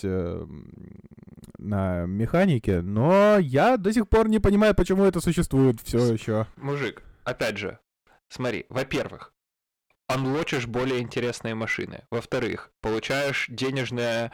на механике, но я до сих пор не понимаю, почему это существует все еще. Мужик, опять же, смотри, во-первых, анлочишь более интересные машины. Во-вторых, получаешь денежное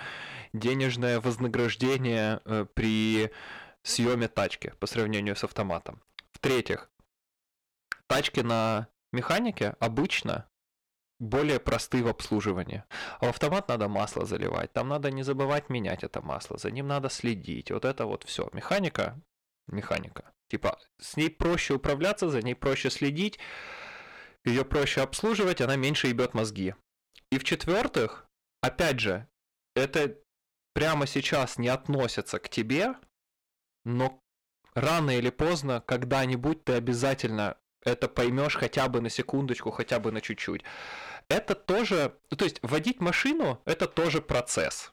вознаграждение при съеме тачки по сравнению с автоматом. В-третьих, тачки на механике обычно более просты в обслуживании. А в автомат надо масло заливать, там надо не забывать менять это масло, за ним надо следить. Вот это вот все. Механика. Типа, с ней проще управляться, за ней проще следить, ее проще обслуживать, она меньше ебет мозги. И в-четвертых, опять же, это прямо сейчас не относится к тебе, но рано или поздно, когда-нибудь ты обязательно это поймешь хотя бы на секундочку, хотя бы на чуть-чуть. Это тоже, то есть водить машину, это тоже процесс.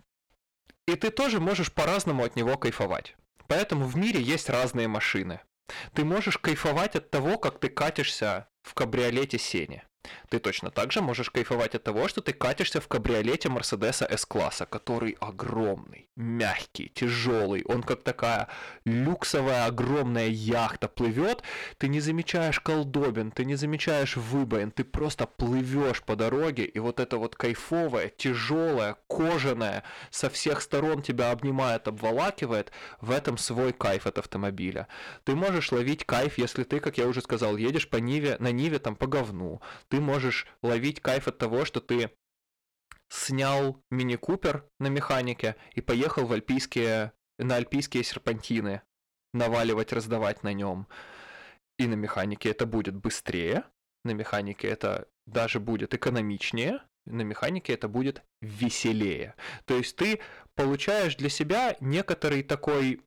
И ты тоже можешь по-разному от него кайфовать. Поэтому в мире есть разные машины. Ты можешь кайфовать от того, как ты катишься в кабриолете Сени. Ты точно так же можешь кайфовать от того, что ты катишься в кабриолете Мерседеса С-класса, который огромный, мягкий, тяжелый. Он как такая люксовая огромная яхта плывет. Ты не замечаешь колдобин, ты не замечаешь выбоин, ты просто плывешь по дороге, и вот это вот кайфовое, тяжелое, кожаное, со всех сторон тебя обнимает, обволакивает. В этом свой кайф от автомобиля. Ты можешь ловить кайф, если ты, как я уже сказал, едешь на Ниве там по говну. Ты можешь ловить кайф от того, что ты снял мини-купер на механике и поехал на альпийские серпантины, наваливать, раздавать на нем. И на механике это будет быстрее, на механике это даже будет экономичнее, на механике это будет веселее. То есть ты получаешь для себя некоторый такой...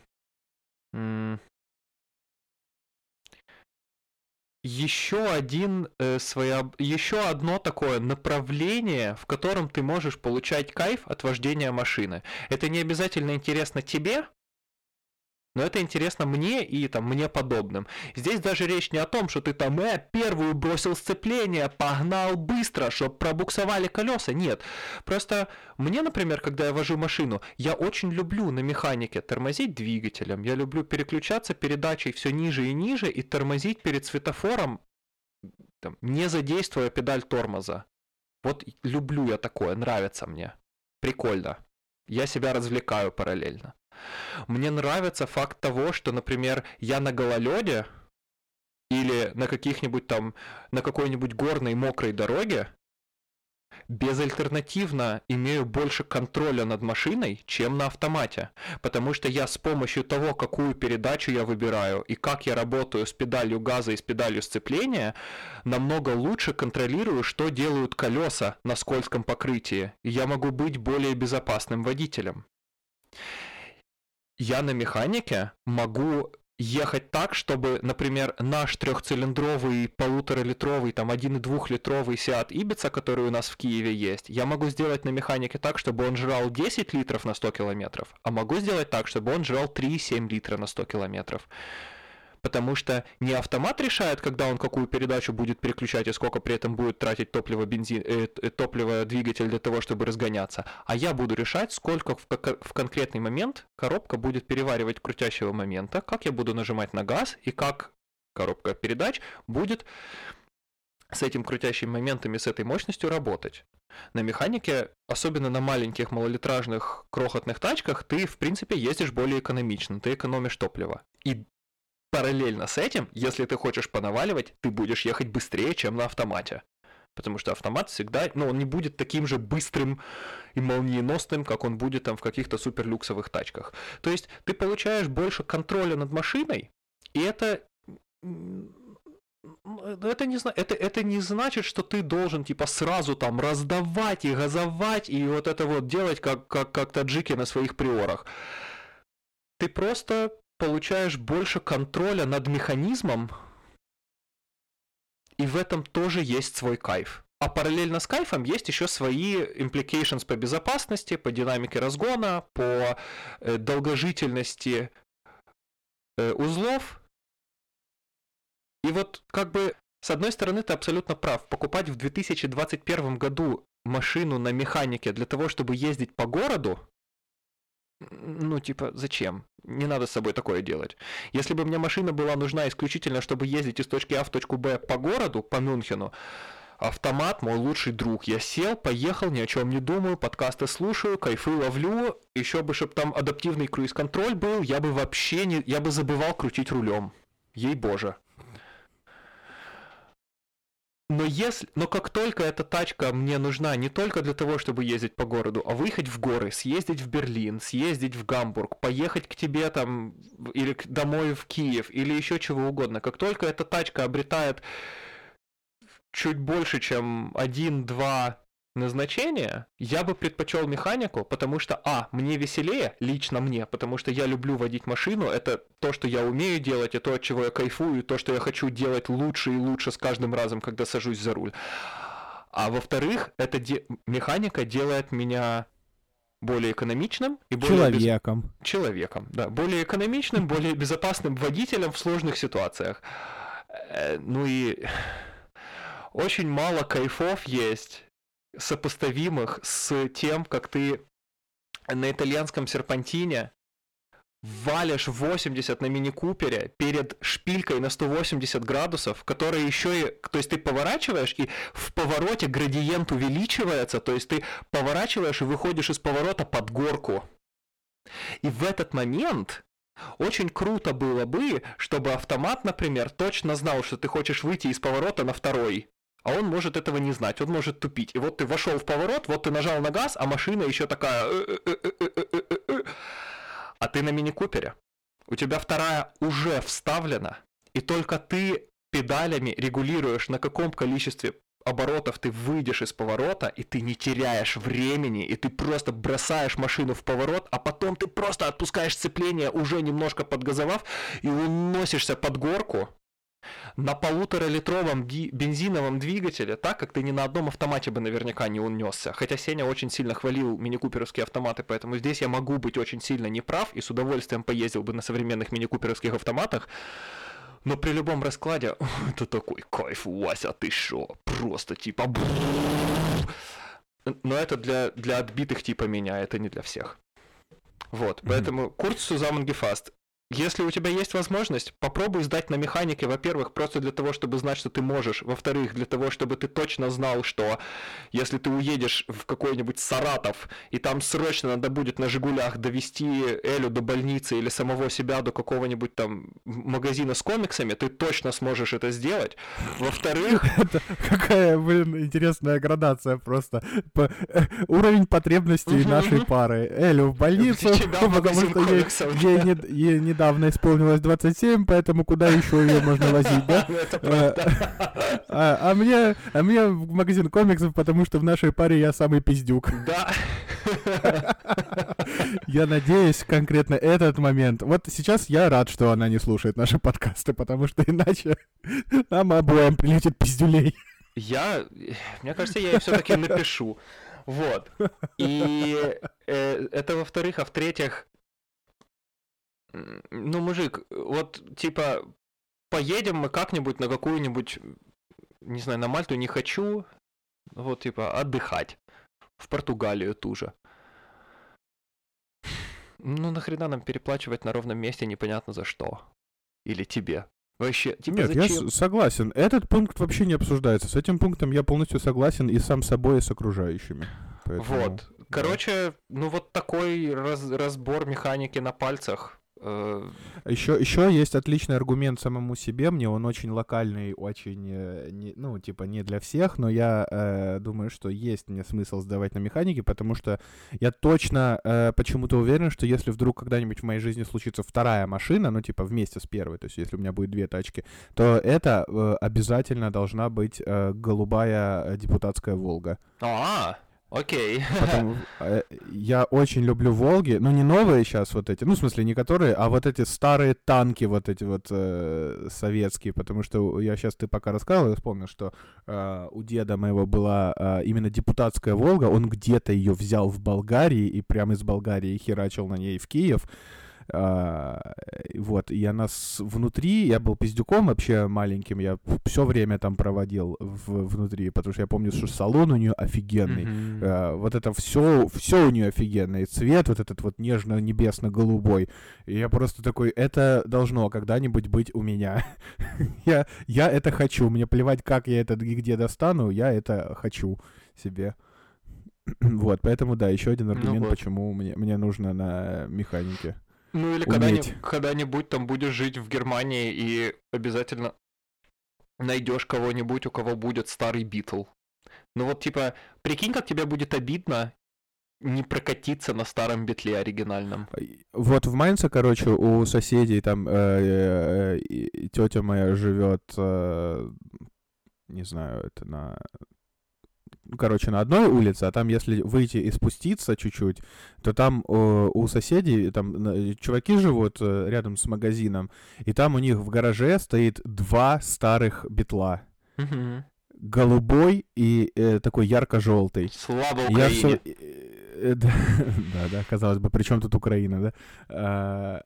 Еще одно такое направление, в котором ты можешь получать кайф от вождения машины. Это не обязательно интересно тебе, но это интересно мне и там мне подобным. Здесь даже речь не о том, что ты там первую бросил сцепление, погнал быстро, чтобы пробуксовали колеса. Нет. Просто мне, например, когда я вожу машину, я очень люблю на механике тормозить двигателем. Я люблю переключаться передачей все ниже и ниже и тормозить перед светофором, там, не задействуя педаль тормоза. Вот люблю я такое, нравится мне. Прикольно. Я себя развлекаю параллельно. Мне нравится факт того, что, например, я на гололеде или на какой-нибудь горной мокрой дороге безальтернативно имею больше контроля над машиной, чем на автомате. Потому что я с помощью того, какую передачу я выбираю и как я работаю с педалью газа и с педалью сцепления, намного лучше контролирую, что делают колеса на скользком покрытии. И я могу быть более безопасным водителем. Я на механике могу ехать так, чтобы, например, наш трехцилиндровый, 1,5-литровый, там 1,2-литровый Seat Ibiza, который у нас в Киеве есть, я могу сделать на механике так, чтобы он жрал 10 литров на 100 километров, а могу сделать так, чтобы он жрал 3,7 литра на 100 километров. Потому что не автомат решает, когда он какую передачу будет переключать и сколько при этом будет тратить топливо двигатель для того, чтобы разгоняться, а я буду решать, сколько в конкретный момент коробка будет переваривать крутящего момента, как я буду нажимать на газ и как коробка передач будет с этим крутящим моментом и с этой мощностью работать. На механике, особенно на маленьких малолитражных крохотных тачках, ты, в принципе, ездишь более экономично, ты экономишь топливо. И параллельно с этим, если ты хочешь понаваливать, ты будешь ехать быстрее, чем на автомате. Потому что автомат всегда, он не будет таким же быстрым и молниеносным, как он будет там в каких-то суперлюксовых тачках. То есть ты получаешь больше контроля над машиной, и это не значит, что ты должен типа сразу там раздавать и газовать и вот это вот делать, как таджики на своих приорах. Ты просто получаешь больше контроля над механизмом, и в этом тоже есть свой кайф. А параллельно с кайфом есть еще свои implications по безопасности, по динамике разгона, по долгожительности узлов. И вот как бы с одной стороны ты абсолютно прав. Покупать в 2021 году машину на механике для того, чтобы ездить по городу, зачем? Не надо с собой такое делать. Если бы мне машина была нужна исключительно, чтобы ездить из точки А в точку Б по городу, по Мюнхену, автомат мой лучший друг. Я сел, поехал, ни о чем не думаю, подкасты слушаю, кайфы ловлю. Еще бы, чтобы там адаптивный круиз-контроль был, я бы забывал крутить рулем. Ей-боже. Но как только эта тачка мне нужна не только для того, чтобы ездить по городу, а выехать в горы, съездить в Берлин, съездить в Гамбург, поехать к тебе там, или домой в Киев, или еще чего угодно, как только эта тачка обретает чуть больше, чем 1-2 назначения, я бы предпочел механику, потому что, мне веселее, лично мне, потому что я люблю водить машину, это то, что я умею делать, и то, от чего я кайфую, и то, что я хочу делать лучше и лучше с каждым разом, когда сажусь за руль. А во-вторых, механика делает меня более экономичным и более... Человеком, да. Более экономичным, более безопасным водителем в сложных ситуациях. Ну и очень мало кайфов есть, сопоставимых с тем, как ты на итальянском серпантине валишь 80 на мини-купере перед шпилькой на 180 градусов, которая еще и... То есть ты поворачиваешь, и в повороте градиент увеличивается, то есть ты поворачиваешь и выходишь из поворота под горку. И в этот момент очень круто было бы, чтобы автомат, например, точно знал, что ты хочешь выйти из поворота на второй. А он может этого не знать, он может тупить. И вот ты вошел в поворот, вот ты нажал на газ, а машина еще такая... А ты на мини-купере. У тебя вторая уже вставлена, и только ты педалями регулируешь, на каком количестве оборотов ты выйдешь из поворота, и ты не теряешь времени, и ты просто бросаешь машину в поворот, а потом ты просто отпускаешь сцепление, уже немножко подгазовав, и уносишься под горку на 1,5-литровом бензиновом двигателе, так как ты ни на одном автомате бы наверняка не унесся. Хотя Сеня очень сильно хвалил мини-куперовские автоматы, поэтому здесь я могу быть очень сильно неправ и с удовольствием поездил бы на современных мини-куперовских автоматах. Но при любом раскладе, это такой кайф, Вася, ты шо? Просто типа... Но это для отбитых типа меня, это не для всех. Вот, поэтому курс Zusammengefasst. Если у тебя есть возможность, попробуй сдать на механике, во-первых, просто для того, чтобы знать, что ты можешь, во-вторых, для того, чтобы ты точно знал, что если ты уедешь в какой-нибудь Саратов, и там срочно надо будет на «Жигулях» довести Элю до больницы или самого себя до какого-нибудь там магазина с комиксами, ты точно сможешь это сделать. Во-вторых... Какая, интересная градация просто. Уровень потребностей нашей пары. Элю в больницу, потому что ей недавно исполнилось 27, поэтому куда еще ее можно возить, да? Это правда. А мне в магазин комиксов, потому что в нашей паре я самый пиздюк. Да. Я надеюсь, конкретно этот момент. Вот сейчас я рад, что она не слушает наши подкасты, потому что иначе нам обоим прилетит пиздюлей. Мне кажется, я ей все-таки напишу. Вот. И это во-вторых, а в-третьих, мужик, вот, типа, поедем мы как-нибудь на какую-нибудь, не знаю, на Мальту не хочу, вот типа отдыхать. В Португалию ту же. Ну нахрена нам переплачивать на ровном месте непонятно за что? Или тебе? Вообще, типа Нет, я зачем? согласен. Этот пункт вообще не обсуждается. С этим пунктом я полностью согласен и сам собой, и с окружающими. Поэтому, Вот. да. Короче, ну вот такой разбор механики на пальцах. Еще есть отличный аргумент самому себе. Мне он очень локальный, очень, ну, типа, не для всех, но я думаю, что есть мне смысл сдавать на механике, потому что я точно почему-то уверен, что если вдруг когда-нибудь в моей жизни случится вторая машина, ну, типа, вместе с первой, то есть если у меня будет две тачки, то это обязательно должна быть голубая депутатская «Волга». Окей. Потому я очень люблю «Волги», ну не новые сейчас вот эти, ну в смысле не которые, а вот эти старые танки, вот эти вот советские, потому что я сейчас, ты пока рассказывал, я вспомнил, что у деда моего была именно депутатская «Волга», он где-то ее взял в Болгарии и прямо из Болгарии херачил на ней в Киев. Вот, и она внутри, я был пиздюком вообще маленьким, я все время там проводил внутри, потому что я помню, что салон у нее офигенный, вот это все у нее офигенный, цвет вот этот вот нежно-небесно-голубой, и я просто такой, это должно когда-нибудь быть у меня, я это хочу, мне плевать, как я это и где достану, я это хочу себе. Вот, поэтому, да, еще один аргумент, вот. почему мне нужно на механике. Ну или когда-нибудь там будешь жить в Германии и обязательно найдешь кого-нибудь, у кого будет старый Битл. Ну вот типа, прикинь, как тебе будет обидно не прокатиться на старом Битле оригинальном. Вот в Майнце, короче, у соседей там тетя моя живет, не знаю, это короче, на одной улице, а там, если выйти и спуститься чуть-чуть, то там у соседей, там чуваки живут рядом с магазином, и там у них в гараже стоит два старых Битла. Голубой и такой ярко-желтый. Слава Украине! Да, казалось бы, при чем тут Украина, да?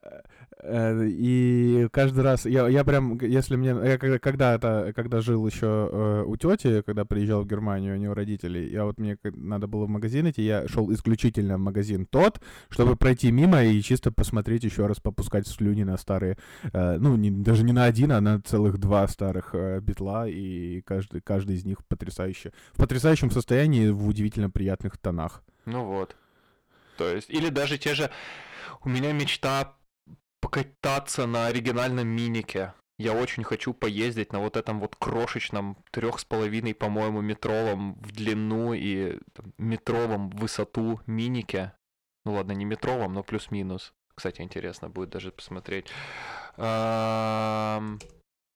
И каждый раз, я прям, если мне, я когда жил еще у тети, когда приезжал в Германию, у него родителей, мне надо было в магазин идти, я шел исключительно в магазин тот, чтобы пройти мимо и чисто посмотреть еще раз, попускать слюни на старые, ну, даже не на один, а на целых два старых Битла, и каждый из них в потрясающем состоянии, в удивительно приятных тонах. Ну вот. То есть, или даже те же... У меня мечта покататься на оригинальном минике. Я очень хочу поездить на вот этом вот крошечном 3,5, по-моему, метровом в длину и метровом в высоту минике. Ну ладно, не метровом, но плюс-минус. Кстати, интересно будет даже посмотреть. Austin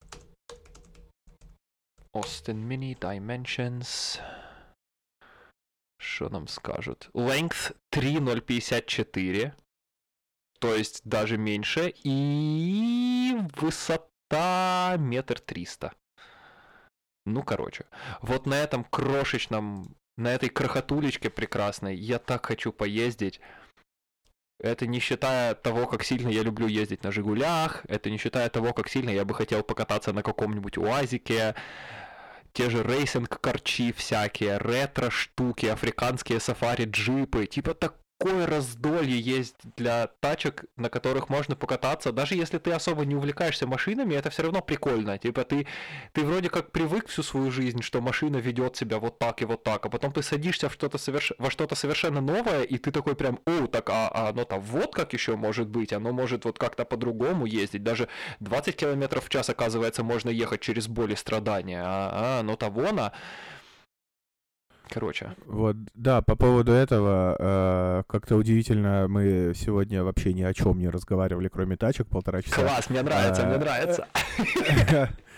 Mini Dimensions... Что нам скажут? Length 3,054. То есть даже меньше. И высота 1,3 м. Ну, короче. Вот на этом крошечном, на этой крохотулечке прекрасной я так хочу поездить. Это не считая того, как сильно я люблю ездить на «Жигулях». Это не считая того, как сильно я бы хотел покататься на каком-нибудь УАЗике. Те же рейсинг-карчи всякие, ретро-штуки, африканские сафари-джипы. Типа такое раздолье есть для тачек, на которых можно покататься. Даже если ты особо не увлекаешься машинами, это все равно прикольно. Типа ты вроде как привык всю свою жизнь, что машина ведет себя вот так и вот так, а потом ты садишься во что-то совершенно новое, и ты такой прям, так оно там вот как еще может быть, оно может вот как-то по-другому ездить. Даже 20 км в час, оказывается, можно ехать через боль и страдания. Оно того на... Короче. Вот, да, по поводу этого, как-то удивительно, мы сегодня вообще ни о чем не разговаривали, кроме тачек, 1,5 часа. Класс, мне нравится.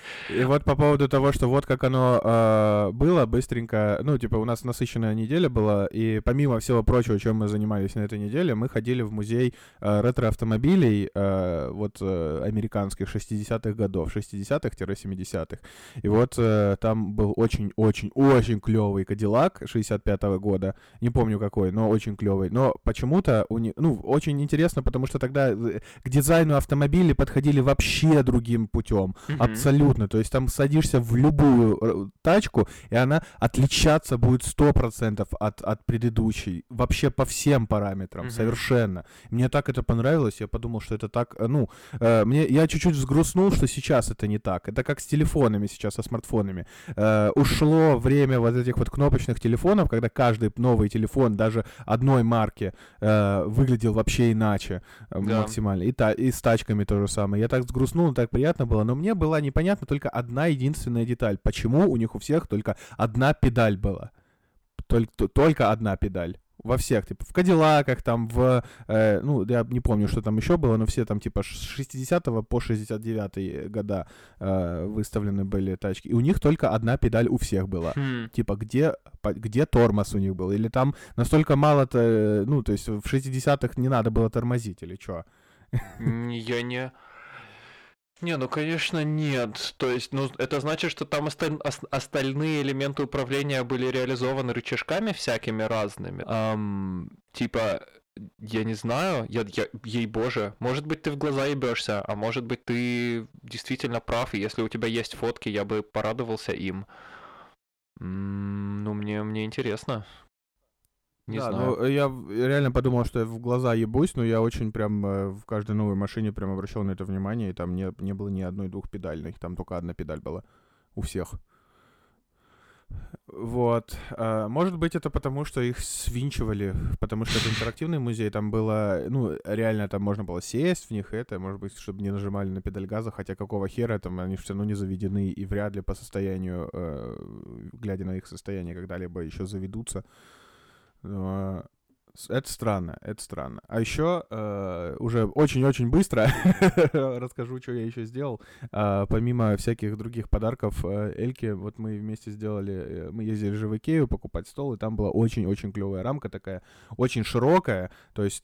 И вот по поводу того, что вот как оно было быстренько, ну, типа, у нас насыщенная неделя была, и помимо всего прочего, чем мы занимались на этой неделе, мы ходили в музей ретро-автомобилей, американских 60-х годов, 60-х-70-х. И вот там был очень-очень-очень клевый Кадиллак 65-го года, не помню какой, но очень клевый. Но почему-то, очень интересно, потому что тогда к дизайну автомобилей подходили вообще другим путем. Абсолютно. То есть там садишься в любую тачку, и она отличаться будет 100% от предыдущей. Вообще по всем параметрам. Совершенно. Мне так это понравилось. Я подумал, что это так... я чуть-чуть взгрустнул, что сейчас это не так. Это как с телефонами сейчас, со смартфонами. Ушло время вот этих вот кнопочных телефонов, когда каждый новый телефон, даже одной марки, выглядел вообще иначе максимально. И с тачками то же самое. Я так взгрустнул, так приятно было, но мне была непонятна только одна единственная деталь. Почему у них у всех только одна педаль была? Только одна педаль. Во всех, типа, в Кадиллаках, там, я не помню, что там еще было, но все там, типа, с 60 по 69 года выставлены были тачки. И у них только одна педаль у всех была. Типа, где тормоз у них был? Или там настолько мало-то, то есть в 60-х не надо было тормозить, или что? Я не... Не, ну, конечно, нет. То есть, это значит, что там остальные элементы управления были реализованы рычажками всякими разными. Типа, я не знаю, ей-боже, может быть, ты в глаза ебешься, а может быть, ты действительно прав, и если у тебя есть фотки, я бы порадовался им. Мне интересно. Не знаю. Я реально подумал, что я в глаза ебусь, но я очень прям в каждой новой машине прям обращал на это внимание, и там не было ни одной двухпедальной, там только одна педаль была у всех. Вот. Может быть, это потому, что их свинчивали, потому что это интерактивный музей, там было, реально там можно было сесть в них, может быть, чтобы не нажимали на педаль газа, хотя какого хера, там они все равно не заведены, и вряд ли по состоянию, глядя на их состояние, когда-либо еще заведутся. Это странно. А еще уже очень-очень быстро расскажу, что я еще сделал. Помимо всяких других подарков Эльке, вот мы вместе мы ездили же в Икею покупать стол, и там была очень-очень клевая рамка такая, очень широкая, то есть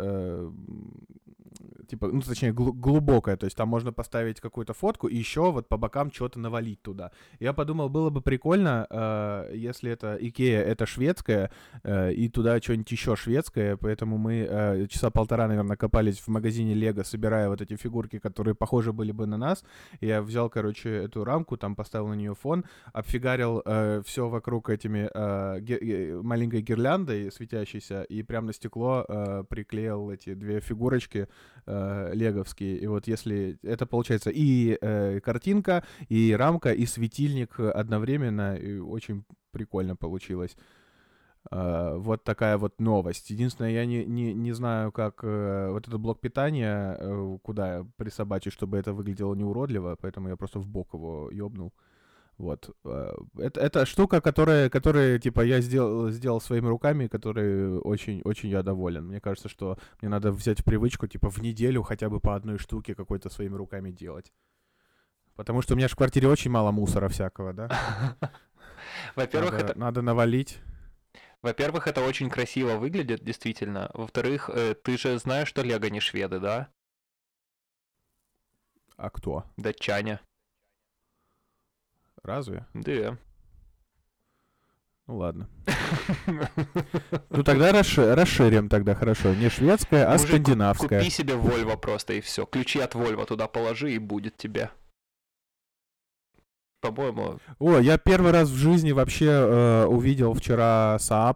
точнее, глубокая, то есть там можно поставить какую-то фотку и еще вот по бокам что-то навалить туда. Я подумал, было бы прикольно, если это Икея, это шведская, и туда что-нибудь еще шведское, поэтому мы часа полтора, наверное, копались в магазине Лего, собирая вот эти фигурки, которые похожи были бы на нас. Я взял, эту рамку, там поставил на нее фон, обфигарил все вокруг этими маленькой гирляндой светящейся, и прямо на стекло приклеил эти две фигурочки леговские. И вот если это получается и картинка, и рамка, и светильник одновременно, и очень прикольно получилось. Вот такая вот новость. Единственное, я не знаю, как вот этот блок питания, куда присобачить, чтобы это выглядело неуродливо, поэтому я просто в бок его ёбнул. Вот. Это штука, которая типа, я сделал своими руками, которой очень-очень я доволен. Мне кажется, что мне надо взять в привычку, типа, в неделю хотя бы по одной штуке какой-то своими руками делать. Потому что у меня же в квартире очень мало мусора всякого, да? Во-первых, надо навалить. Во-первых, это очень красиво выглядит, действительно. Во-вторых, ты же знаешь, что Лего не шведы, да? А кто? Датчане. Разве? Да. Ну ладно. Ну тогда расширим тогда, хорошо. Не шведская, а скандинавская. Купи себе Volvo просто и все. Ключи от Volvo туда положи, и будет тебе. По-моему... Я первый раз в жизни вообще увидел вчера Saab.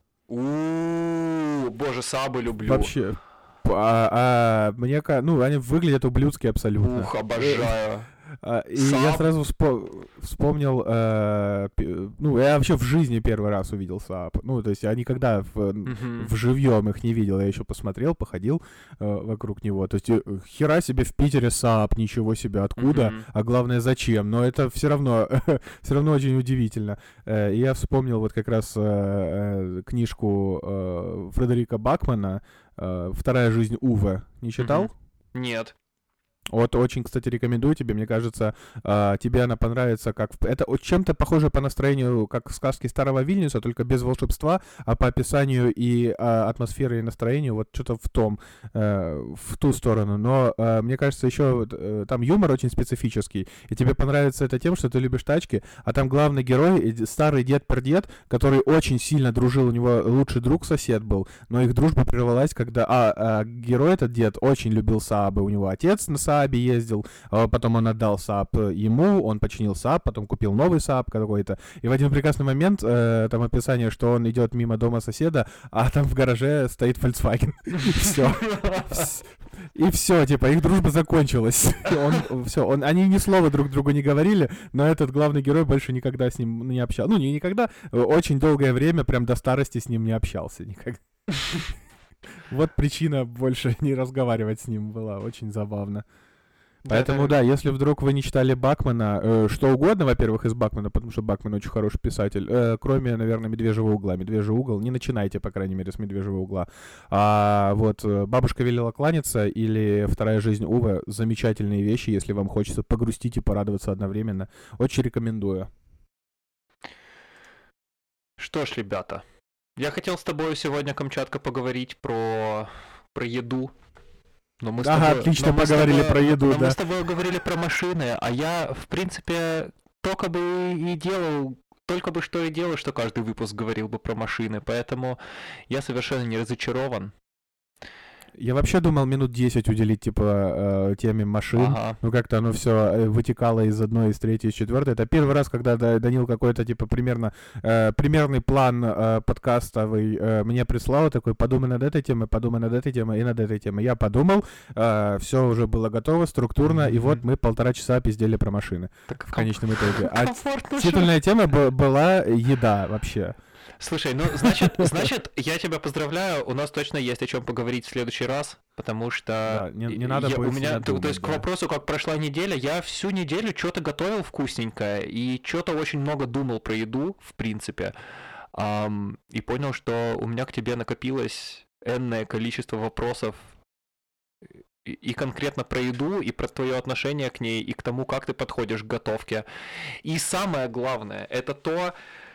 Боже, Saab люблю. Вообще. Мне кажется, они выглядят ублюдски абсолютно. Обожаю. И я сразу вспомнил, я вообще в жизни первый раз увидел Saab. То есть я никогда в живьем их не видел. Я еще посмотрел, походил вокруг него. То есть хера себе в Питере Saab, ничего себе, откуда, а главное зачем. Но это все равно очень удивительно. И я вспомнил вот как раз книжку Фредерика Бакмана «Вторая жизнь Уве». Не читал? Нет. Вот очень, кстати, рекомендую тебе, мне кажется, тебе она понравится, это чем-то похоже по настроению, как сказки Старого Вильнюса, только без волшебства, а по описанию и атмосфере и настроению вот что-то в ту сторону. Но мне кажется, еще там юмор очень специфический, и тебе понравится это тем, что ты любишь тачки, а там главный герой, старый дед-пердед, который очень сильно дружил, у него лучший друг сосед был, но их дружба прервалась, когда герой этот дед очень любил Саабы, у него отец на Саабе ездил, потом он отдал Сааб ему, он починил Сааб, потом купил новый Сааб какой-то, и в один прекрасный момент там описание, что он идет мимо дома соседа, а там в гараже стоит Volkswagen. Все. И все, типа, их дружба закончилась. Они ни слова друг другу не говорили, но этот главный герой больше никогда с ним не общался. Ну, не никогда, очень долгое время, прям до старости с ним не общался никогда. Вот причина больше не разговаривать с ним была. Очень забавно. Поэтому, да, если вдруг вы не читали Бакмана, что угодно, во-первых, из Бакмана, потому что Бакман очень хороший писатель, кроме, наверное, «Медвежьего угла». «Медвежий угол» не начинайте, по крайней мере, с «Медвежьего угла». А вот «Бабушка велела кланяться» или «Вторая жизнь Уве» — замечательные вещи, если вам хочется погрустить и порадоваться одновременно. Очень рекомендую. Что ж, ребята, я хотел с тобой сегодня, Камчатка, поговорить про еду. Но мы отлично поговорили про еду, да. Мы с тобой говорили про машины, а я, в принципе, только бы что и делал, что каждый выпуск говорил бы про машины, поэтому я совершенно не разочарован. Я вообще думал минут 10 уделить, типа, теме машин. Ага. Ну, как-то оно все вытекало из одной, из третьей, из четвертой. Это первый раз, когда Данил какой-то, типа, примерный план подкастовый мне прислал, такой: подумай над этой темой и над этой темой. Я подумал, все уже было готово, структурно, и вот мы 1,5 часа пиздели про машины в конечном итоге. А титульная тема была еда вообще. Слушай, ну, значит, я тебя поздравляю, у нас точно есть о чем поговорить в следующий раз, потому что... Да, не надо будет у меня, думать, то есть, к вопросу, как прошла неделя, я всю неделю что-то готовил вкусненькое и что-то очень много думал про еду, в принципе, и понял, что у меня к тебе накопилось энное количество вопросов и конкретно про еду, и про твое отношение к ней, и к тому, как ты подходишь к готовке. И самое главное, это то...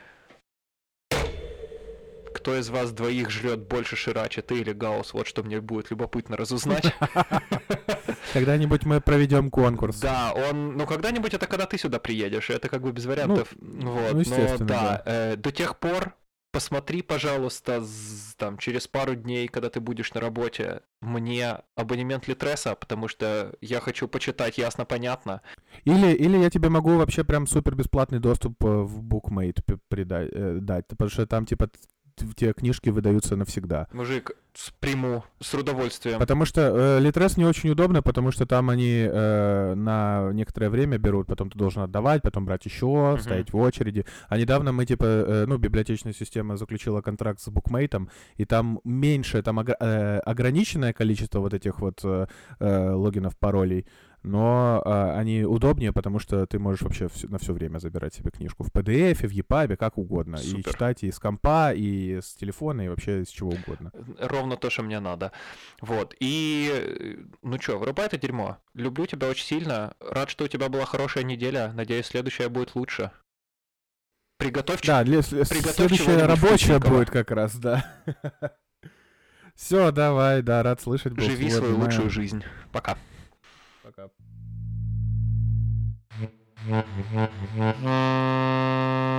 Кто из вас двоих жрет больше ширача, ты или Гаус? Вот что мне будет любопытно разузнать. Когда-нибудь мы проведем конкурс. Да, когда-нибудь это когда ты сюда приедешь, это как бы без вариантов. Ну, естественно, да. До тех пор посмотри, пожалуйста, там, через пару дней, когда ты будешь на работе, мне абонемент Литреса, потому что я хочу почитать ясно-понятно. Или я тебе могу вообще прям супер бесплатный доступ в Bookmate дать, потому что там, типа, те книжки выдаются навсегда. Мужик, приму, с удовольствием. Потому что Литрес не очень удобно, потому что там они на некоторое время берут, потом ты должен отдавать, потом брать еще, стоять в очереди. А недавно мы, типа, библиотечная система заключила контракт с Bookmate, и там меньше, там ограниченное количество вот этих вот логинов, паролей, но они удобнее, потому что ты можешь вообще на все время забирать себе книжку в PDF, в EPUB, как угодно. Супер. И читать и с компа, и с телефона, и вообще с чего угодно. Ровно то, что мне надо. Вот. И, ну чё, вырубай это дерьмо. Люблю тебя очень сильно. Рад, что у тебя была хорошая неделя. Надеюсь, следующая будет лучше. Приготовь. Да, следующая рабочая будет как раз, да. Все, давай, да, рад слышать. Живи свою лучшую жизнь. Пока. Пока.